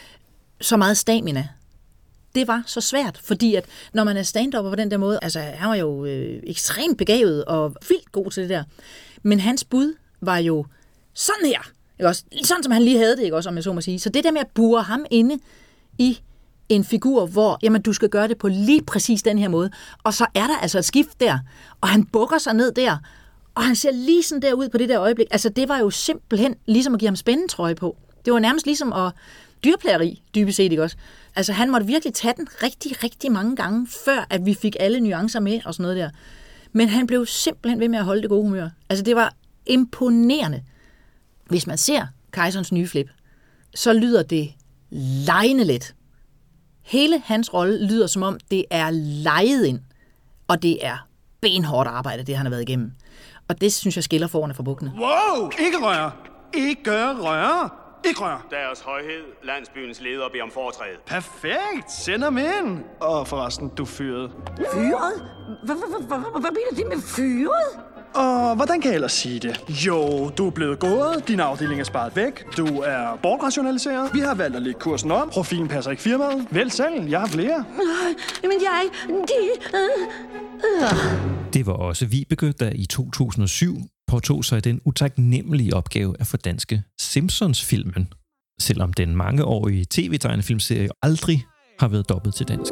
så meget stamina. Det var så svært, fordi at når man er stand-upper på den der måde, altså han var jo øh, ekstremt begavet og vildt god til det der, men hans bud var jo sådan her, ikke også? Sådan som han lige havde det, ikke også, om jeg så må sige. Så det der med at bure ham inde i en figur, hvor jamen, du skal gøre det på lige præcis den her måde, og så er der altså et skift der, og han bukker sig ned der, og han ser lige sådan der ud på det der øjeblik. Altså det var jo simpelthen ligesom at give ham spændetrøje på. Det var nærmest ligesom at dyrplageri, dybest set, ikke også? Altså han måtte virkelig tage den rigtig, rigtig mange gange, før at vi fik alle nuancer med og sådan noget der. Men han blev simpelthen ved med at holde det gode humør. Altså det var imponerende. Hvis man ser Kejserens nye Flip, så lyder det legende let. Hele hans rolle lyder som om, det er lejet ind, og det er benhårdt arbejde, det han har været igennem. Og det synes jeg skiller forerne fra bukkene. Wow! Ikke røre! Ikke røre! Ikke røre! Deres højhed, landsbyens leder, beder om foretræde. Perfekt! Send ham ind! Og forresten, du fyrede. Fyret? Hvad mener det med fyret? Og hvordan kan jeg ellers sige det? Jo, du er blevet gået, din afdeling er sparet væk, du er bortrationaliseret, vi har valgt at lægge kursen om, profilen passer ikke firmaet. Vælg selv, jeg har flere. Men jeg... De... Det var også Vibeke, der i to tusind og syv påtog sig den utaknemmelige opgave at fordanske Simpsons-filmen, selvom den mangeårige tv-tegnefilmserie aldrig har været dobbelt til dansk.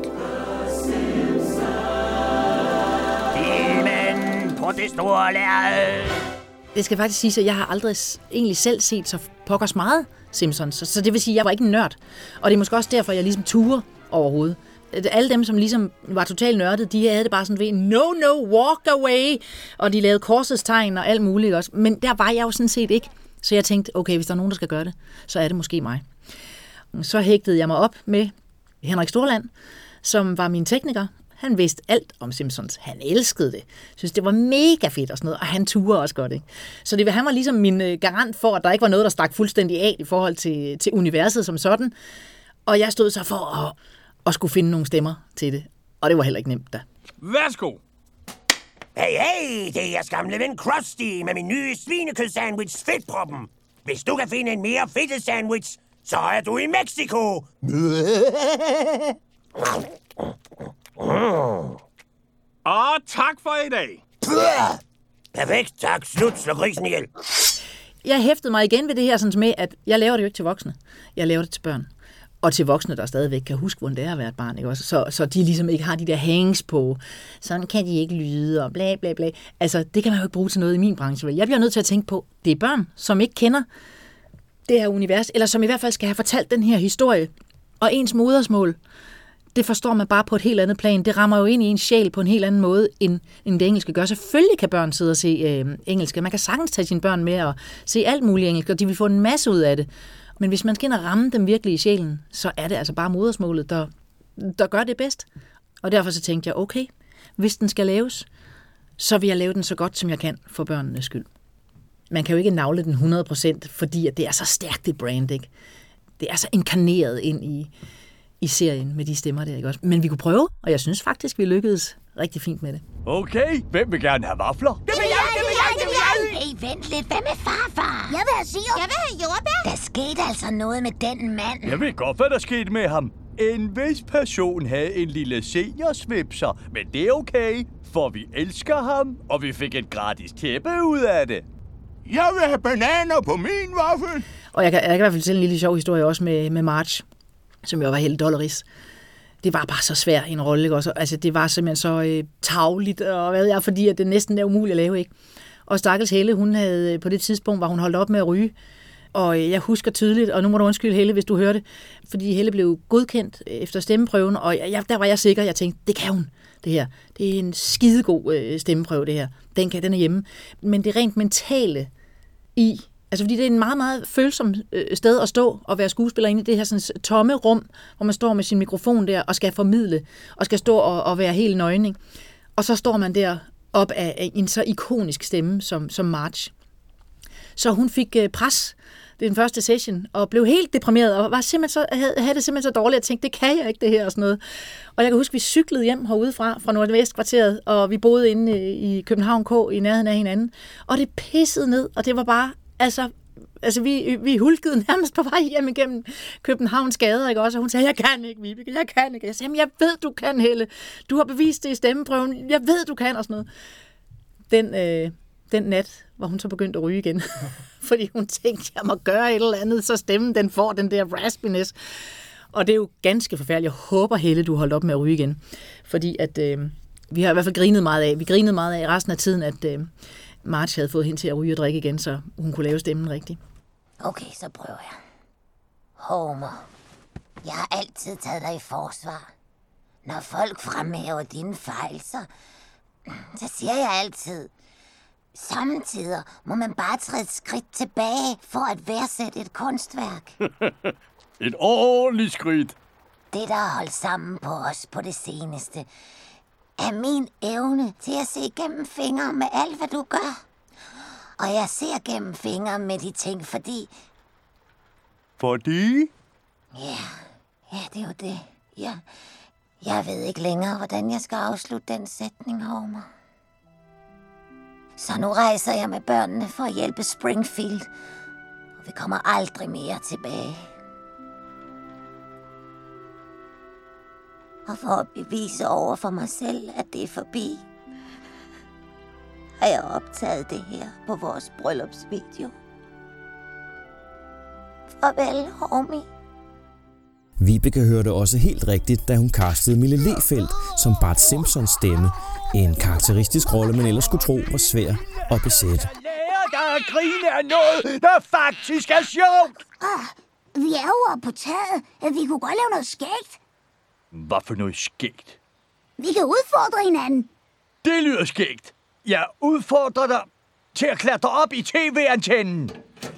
På det store lærred. Det skal faktisk sige, at jeg har aldrig egentlig selv set så pokkers meget Simpsons, så, så det vil sige, at jeg var ikke en nørd. Og det er måske også derfor, jeg ligesom turer overhovedet. Alle dem, som ligesom var totalt nørdet, de havde det bare sådan ved, no, no, walk away, og de lavede korsets tegn og alt muligt også. Men der var jeg jo sådan set ikke. Så jeg tænkte, okay, hvis der er nogen, der skal gøre det, så er det måske mig. Så hægtede jeg mig op med Henrik Storland, som var min tekniker. Han vidste alt om Simpsons. Han elskede det. Synes det var mega fedt og sådan noget, og han turde også godt, ikke? Så det, han var ligesom min garant for, at der ikke var noget, der stak fuldstændig af i forhold til, til universet som sådan. Og jeg stod så for at, at skulle finde nogle stemmer til det. Og det var heller ikke nemt da. Værsgo! Hey, hey, det er jeres gamle ven Krusty med min nye svinekød-sandwich Fedtproppen. Hvis du kan finde en mere fedtet sandwich, så er du i Mexico. Og tak for i dag. Perfekt, tak. Slut, slå grisen ihjel. Jeg hæftede mig igen ved det her sådan med, at jeg laver det jo ikke til voksne. Jeg laver det til børn. Og til voksne, der stadigvæk kan huske, hvordan det er at være et barn. Ikke? Så, så de ligesom ikke har de der hangs på. Sådan kan de ikke lyde og bla bla bla. Altså, det kan man jo ikke bruge til noget i min branche. Vel? Jeg bliver nødt til at tænke på, det er børn, som ikke kender det her univers, eller som i hvert fald skal have fortalt den her historie. Og ens modersmål, det forstår man bare på et helt andet plan. Det rammer jo ind i ens sjæl på en helt anden måde, end, end det engelske gør. Selvfølgelig kan børn sidde og se øh, engelsk. Man kan sagtens tage sine børn med og se alt muligt engelsk, og de vil få en masse ud af det. Men hvis man skal ind og ramme dem virkelig i sjælen, så er det altså bare modersmålet, der, der gør det bedst. Og derfor så tænkte jeg, okay, hvis den skal laves, så vil jeg lave den så godt, som jeg kan for børnenes skyld. Man kan jo ikke navle den hundrede procent, fordi at det er så stærkt et brand, ikke? Det er så inkarneret ind i, i serien med de stemmer der, ikke også? Men vi kunne prøve, og jeg synes faktisk, vi lykkedes rigtig fint med det. Okay, hvem vil gerne have vafler? Det vil jeg, det vil jeg, det vil jeg! Hey, vent lidt. Hvad med farfar? Jeg vil have sirup. Jeg vil have jordbær. Der skete altså noget med den mand. Jeg ved godt, hvad der skete med ham. En vis person havde en lille seniorsvipser, men det er okay, for vi elsker ham, og vi fik et gratis tæppe ud af det. Jeg vil have bananer på min vaffel. Og jeg kan, jeg kan i hvert fald fortælle en lille sjov historie også med, med Marge, som jo var helt dolleris. Det var bare så svært en rolle, ikke også? Altså, det var simpelthen så øh, tavligt, og hvad jeg, fordi at det næsten er umuligt at lave, ikke? Og stakkels Helle, hun havde på det tidspunkt, var hun holdt op med at ryge. Og jeg husker tydeligt, og nu må du undskylde Helle, hvis du hører det, fordi Helle blev godkendt efter stemmeprøven, og jeg, der var jeg sikker, jeg tænkte, det kan hun, det her. Det er en skidegod øh, stemmeprøve, det her. Den kan, den er hjemme. Men det rent mentale i, altså fordi det er en meget, meget følsom øh, sted at stå og være skuespiller inde i det her sådan tomme rum, hvor man står med sin mikrofon der og skal formidle, og skal stå og, og være helt nøgen, ikke? Og så står man der op af, af en så ikonisk stemme som, som Marge. Så hun fik øh, pres den første session, og blev helt deprimeret, og var simpelthen så, havde, havde det simpelthen så dårligt, at tænkte, det kan jeg ikke, det her og sådan noget. Og jeg kan huske, vi cyklede hjem herudefra, fra Nordvestkvarteret, og vi boede inde i København K, i nærheden af hinanden, og det pissede ned, og det var bare, altså, altså vi, vi hulkede nærmest på vej hjem igennem Københavns gader, ikke også? Og hun sagde, jeg kan ikke, Vibeke, jeg kan ikke. Jeg sagde, jeg ved, du kan, Helle. Du har bevist det i stemmeprøven. Jeg ved, du kan, og sådan noget. Den, øh, den nat var hun så begyndt at ryge igen. Fordi hun tænkte, jeg må gøre et eller andet, så stemmen den får den der raspiness. Og det er jo ganske forfærdeligt. Jeg håber, Helle, du holdt op med at ryge igen. Fordi at, øh, vi har i hvert fald grinet meget af, vi grinede meget af resten af tiden, at øh, Marge havde fået hende til at ryge og drikke igen, så hun kunne lave stemmen rigtigt. Okay, så prøver jeg. Homer, jeg har altid taget dig i forsvar. Når folk fremhæver dine fejl, så, så siger jeg altid, samtidig må man bare træde et skridt tilbage for at værdsætte et kunstværk. Et ordentligt skridt. Det, der har holdt sammen på os på det seneste, er min evne til at se gennem fingre med alt, hvad du gør. Og jeg ser gennem fingre med de ting, fordi... Fordi? Ja, ja, det er jo det. Ja, jeg ved ikke længere, hvordan jeg skal afslutte den sætning, Homer. Så nu rejser jeg med børnene for at hjælpe Springfield. Og vi kommer aldrig mere tilbage. Og for at bevise over for mig selv, at det er forbi, har jeg optaget det her på vores bryllupsvideo. Farvel, homie. Vibeke hørte også helt rigtigt, da hun castede Mille Lehfeldt som Bart Simpsons stemme. En karakteristisk rolle, man ellers skulle tro var svær at besætte. Lærer dig at grine af noget, der faktisk er sjovt! Ah, vi er jo oppe på taget. Vi kunne godt lave noget skægt. Hvad for noget skægt? Vi kan udfordre hinanden. Det lyder skægt. Jeg udfordrer dig til at klatre op i tv-antennen.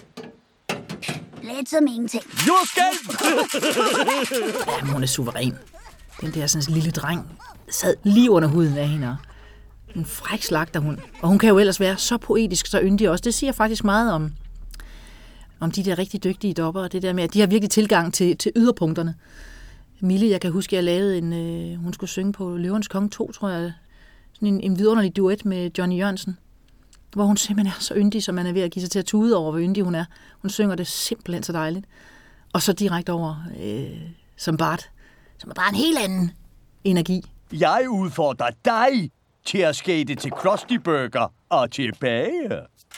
Let som ingenting. Jordskælv! Jamen, hun er suveræn. Den der sådan lille dreng sad lige under huden af hende. En fræk slagter hun. Og hun kan jo ellers være så poetisk, så yndig også. Det siger faktisk meget om, om de der rigtig dygtige dobbere. Det der med, at de har virkelig tilgang til, til yderpunkterne. Mille, jeg kan huske, jeg lavede en... Øh, hun skulle synge på Løvernes Konge to, tror jeg. Sådan en, en vidunderlig duet med Johnny Jørgensen. Hvor hun simpelthen er så yndig, som man er ved at give sig til at tude over, hvor yndig hun er. Hun synger det simpelthen så dejligt. Og så direkte over øh, som Bart, som er bare en helt anden energi. Jeg udfordrer dig til at skate til Krusty Burger og tilbage.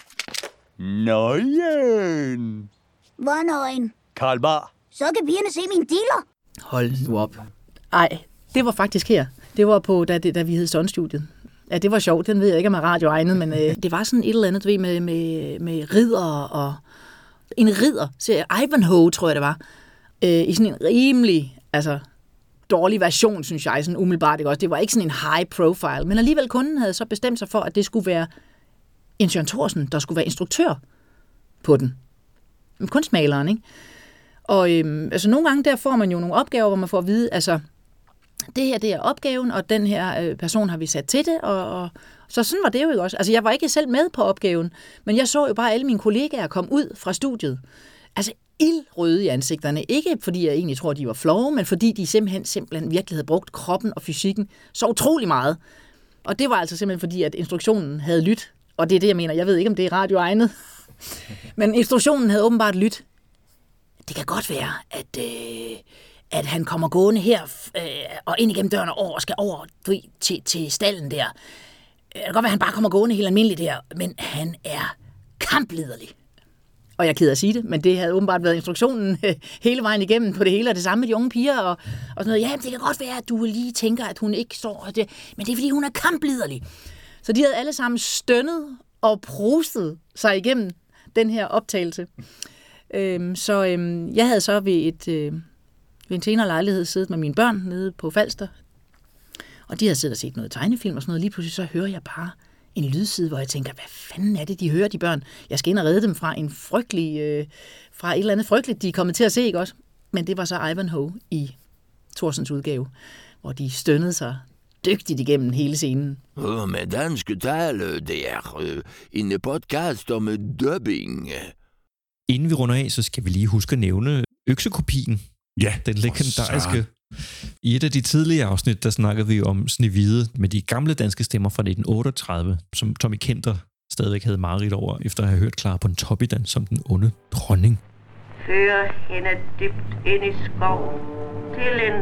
Nøgen. Hvor nøgen? Karl Mar. Så kan pigerne se min dealer. Hold nu op. Ej, det var faktisk her. Det var på, da, da vi hed Sundstudiet. Ja, det var sjovt. Den ved jeg ikke, om jeg radio egnet, men øh, det var sådan et eller andet, du ved, med, med, med ridder og... En ridder, så Ivanhoe, tror jeg det var, øh, i sådan en rimelig, altså, dårlig version, synes jeg, sådan umiddelbart. Ikke også? Det var ikke sådan en high profile, men alligevel kunden havde så bestemt sig for, at det skulle være en Jørgen Thorsen, der skulle være instruktør på den. Kunstmaleren, ikke? Og øhm, altså nogle gange der får man jo nogle opgaver, hvor man får at vide, altså det her, det er opgaven, og den her øh, person har vi sat til det, og, og så sådan var det jo ikke også. Altså jeg var ikke selv med på opgaven, men jeg så jo bare alle mine kollegaer komme ud fra studiet. Altså ildrøde i ansigterne. Ikke fordi jeg egentlig tror, de var flove, men fordi de simpelthen, simpelthen virkelig havde brugt kroppen og fysikken så utrolig meget. Og det var altså simpelthen fordi, at instruktionen havde lyttet. Og det er det, jeg mener. Jeg ved ikke, om det er radioegnet. Men instruktionen havde åbenbart lyttet. Det kan godt være, at, øh, at han kommer gående her øh, og ind igennem døren og over og skal over til, til stallen der. Det kan godt være, at han bare kommer gående helt almindeligt der, men han er kampliderlig. Og jeg er ked af at sige det, men det havde åbenbart været instruktionen øh, hele vejen igennem på det hele, og det samme med de unge piger, og, og sådan noget. Ja, det kan godt være, at du lige tænker, at hun ikke står det, men det er, fordi hun er kampliderlig. Så de havde alle sammen stønnet og prostet sig igennem den her optagelse. Øhm, så øhm, jeg havde så ved, et, øh, ved en senere lejlighed siddet med mine børn nede på Falster, og de havde siddet og set noget tegnefilm og sådan noget. Lige pludselig så hører jeg bare en lydside, hvor jeg tænker, hvad fanden er det, de hører, de børn? Jeg skal ind og redde dem fra en frygtelig, øh, fra et eller andet frygteligt, de er kommet til at se, ikke også? Men det var så Ivanhoe i Thorsens udgave, hvor de stønnede sig dygtigt igennem hele scenen. Oh, med danske tale, det er øh, en podcast om dubbing. Inden vi runder af, så skal vi lige huske at nævne øksekopien. Ja, den legendariske. I et af de tidlige afsnit, der snakkede vi om Snehvide med de gamle danske stemmer fra nitten otteogtredive, som Tommy Kenter stadigvæk havde mareridt over, efter at have hørt Clara Pontoppidan som den onde dronning. Før hende dybt ind i skov til en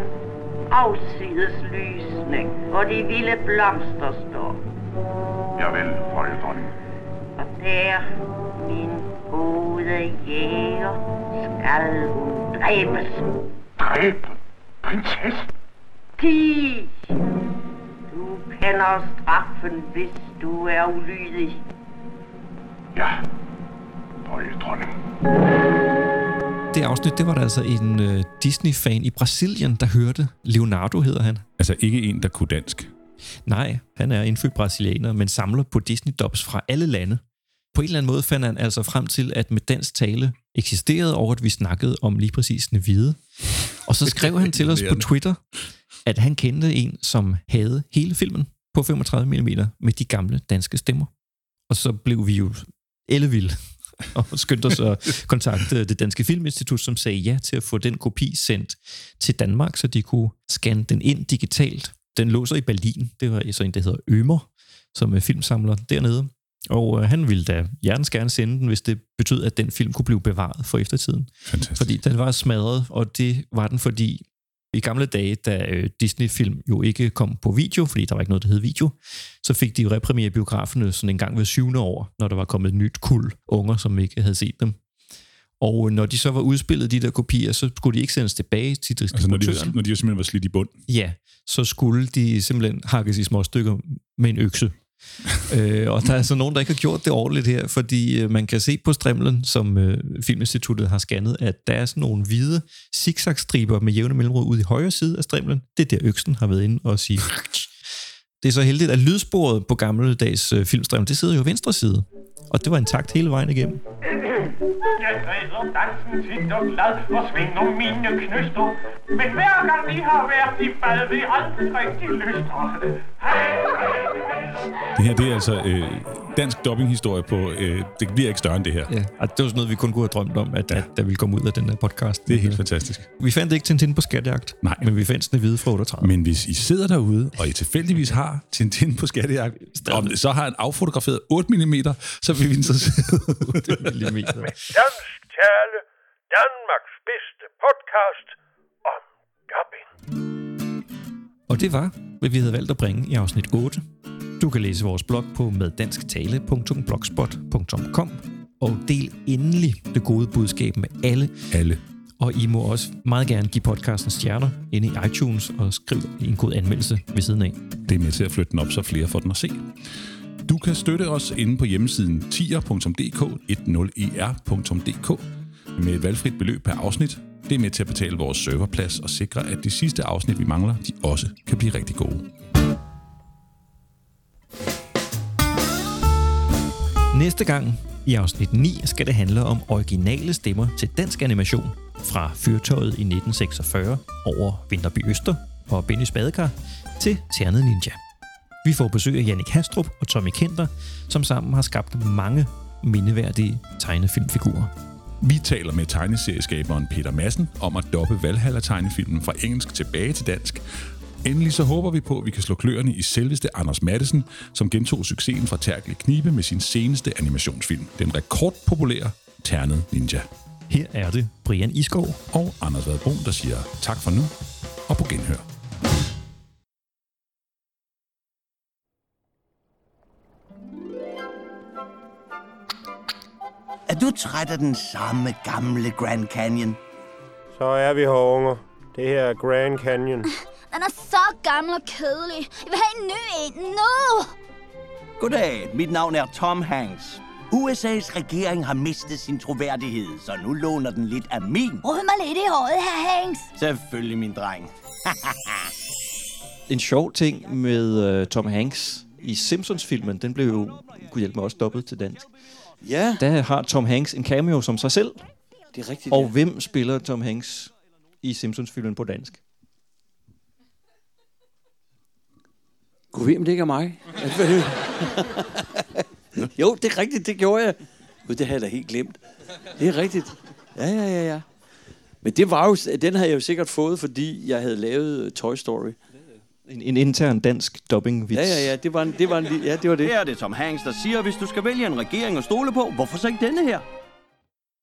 afsides lysning, hvor de vilde blomster står. Jeg vil, høje dronning. Og der, min gode jæger, skal hun dræbes. Dræbe? Prinsesse? Tig! Du kender straffen, hvis du er ulydig. Ja, høje dronning. Det afsnit, det var der altså en uh, Disney-fan i Brasilien, der hørte. Leonardo hedder han. Altså ikke en, der kunne dansk? Nej, han er indfødt brasilianer, men samler på Disney-dubs fra alle lande. På en eller anden måde fandt han altså frem til, at med dansk tale eksisterede over, at vi snakkede om lige præcis Snehvide. Og så skrev han til os på Twitter, at han kendte en, som havde hele filmen på femogtredive millimeter med de gamle danske stemmer. Og så blev vi jo ellevilde og skyndte os at kontakte det Danske Filminstitut, som sagde ja til at få den kopi sendt til Danmark, så de kunne scanne den ind digitalt. Den lå så i Berlin. Det var så en, der hedder Ømer, som er filmsamler dernede. Og øh, han ville da hjertens gerne sende den, hvis det betød, at den film kunne blive bevaret for eftertiden. Fantastisk. Fordi den var smadret, og det var den, fordi i gamle dage, da øh, Disney-film jo ikke kom på video, fordi der var ikke noget, der hed video, så fik de jo repremiere biograferne sådan en gang hver syvende år, når der var kommet et nyt kuld unger, som ikke havde set dem. Og når de så var udspillet, de der kopier, så skulle de ikke sendes tilbage til distributøren. Altså når de, når de simpelthen var slidt i bund? Ja, så skulle de simpelthen hakkes i små stykker med en økse. øh, og der er altså nogen, der ikke har gjort det ordentligt her, fordi øh, man kan se på strimlen, som øh, Filminstituttet har scannet, at der er sådan nogle hvide zigzagstriber med jævne mellemrum ude i højre side af strimlen. Det er der øksen har været inde og sige. Det er så heldigt, at lydsporet på gammeldags øh, filmstrimlen, det sidder jo venstre side. Og det var en takt hele vejen igennem. Jeg redder dansen tit og glad og svinger mine knyster. Men hver gang vi har været i bad, vi aldrig rigtig lyster. Det her, det er altså øh, dansk dubbinghistorie på... Øh, det bliver ikke større end det her. Ja, det var sådan noget, vi kun kunne have drømt om, at, at der ville komme ud af den her podcast. Det er helt fantastisk. Vi fandt ikke Tintin på skattejagt. Nej. Men vi fandt Snehvide fra otteogtredive. Men hvis I sidder derude, og I tilfældigvis har Tintin på skattejagt, og så har en affotograferet otte millimeter, så vil vi interessere otte millimeter. Dansk Tale, Danmarks bedste podcast om dubbing. Og det var, hvad vi havde valgt at bringe i afsnit otte. Du kan læse vores blog på meddansktale punktum blogspot punktum com og del endelig det gode budskab med alle. Alle. Og I må også meget gerne give podcasten stjerner inde i iTunes og skrive en god anmeldelse ved siden af. Det er med til at flytte den op, så flere får den at se. Du kan støtte os inde på hjemmesiden tier punktum d k, ti er punktum d k. med et valgfrit beløb per afsnit. Det er med til at betale vores serverplads og sikre, at de sidste afsnit, vi mangler, de også kan blive rigtig gode. Næste gang i afsnit ni skal det handle om originale stemmer til dansk animation. Fra Fyrtøjet i nitten seksogfyrre over Vinterby Øster og Bennys Badekar til Ternet Ninja. Vi får besøg af Jannik Hastrup og Tommy Kenter, som sammen har skabt mange mindeværdige tegnefilmfigurer. Vi taler med tegneserieskaberen Peter Madsen om at doppe Valhalla-tegnefilmen fra engelsk tilbage til dansk. Endelig så håber vi på, at vi kan slå kløerne i selveste Anders Matthesen, som gentog succesen fra Terkel Knibe med sin seneste animationsfilm, den rekordpopulære Ternet Ninja. Her er det Brian Iskov og Anders Vadbrun, der siger tak for nu og på genhør. Er du træt af den samme gamle Grand Canyon? Så er vi her, unger. Det her er Grand Canyon. Den er så gammel og kedelig. Jeg vil have en ny en nu! Goddag, mit navn er Tom Hanks. U S A's regering har mistet sin troværdighed, så nu låner den lidt af min. Rød mig lidt i håret, herr Hanks. Selvfølgelig, min dreng. En sjov ting med uh, Tom Hanks i Simpsons-filmen, den blev jo, kunne hjælpe mig også dobbelt til dansk. Ja. Der har Tom Hanks en cameo som sig selv. Det er rigtigt, Og ja. hvem spiller Tom Hanks i Simpsons-filmen på dansk? Gud ved, om det ikke er mig. Jo, det er rigtigt, det gjorde jeg. Gud, det havde jeg da helt glemt. Det er rigtigt. Ja, ja, ja, ja. Men det var jo, den havde jeg jo sikkert fået, fordi jeg havde lavet Toy Story. En, en intern dansk dubbing-vits. Ja, ja, ja, det var, en, det var, en, ja, det var det. Her er det Tom Hanks, der siger, hvis du skal vælge en regering at stole på, hvorfor så ikke denne her?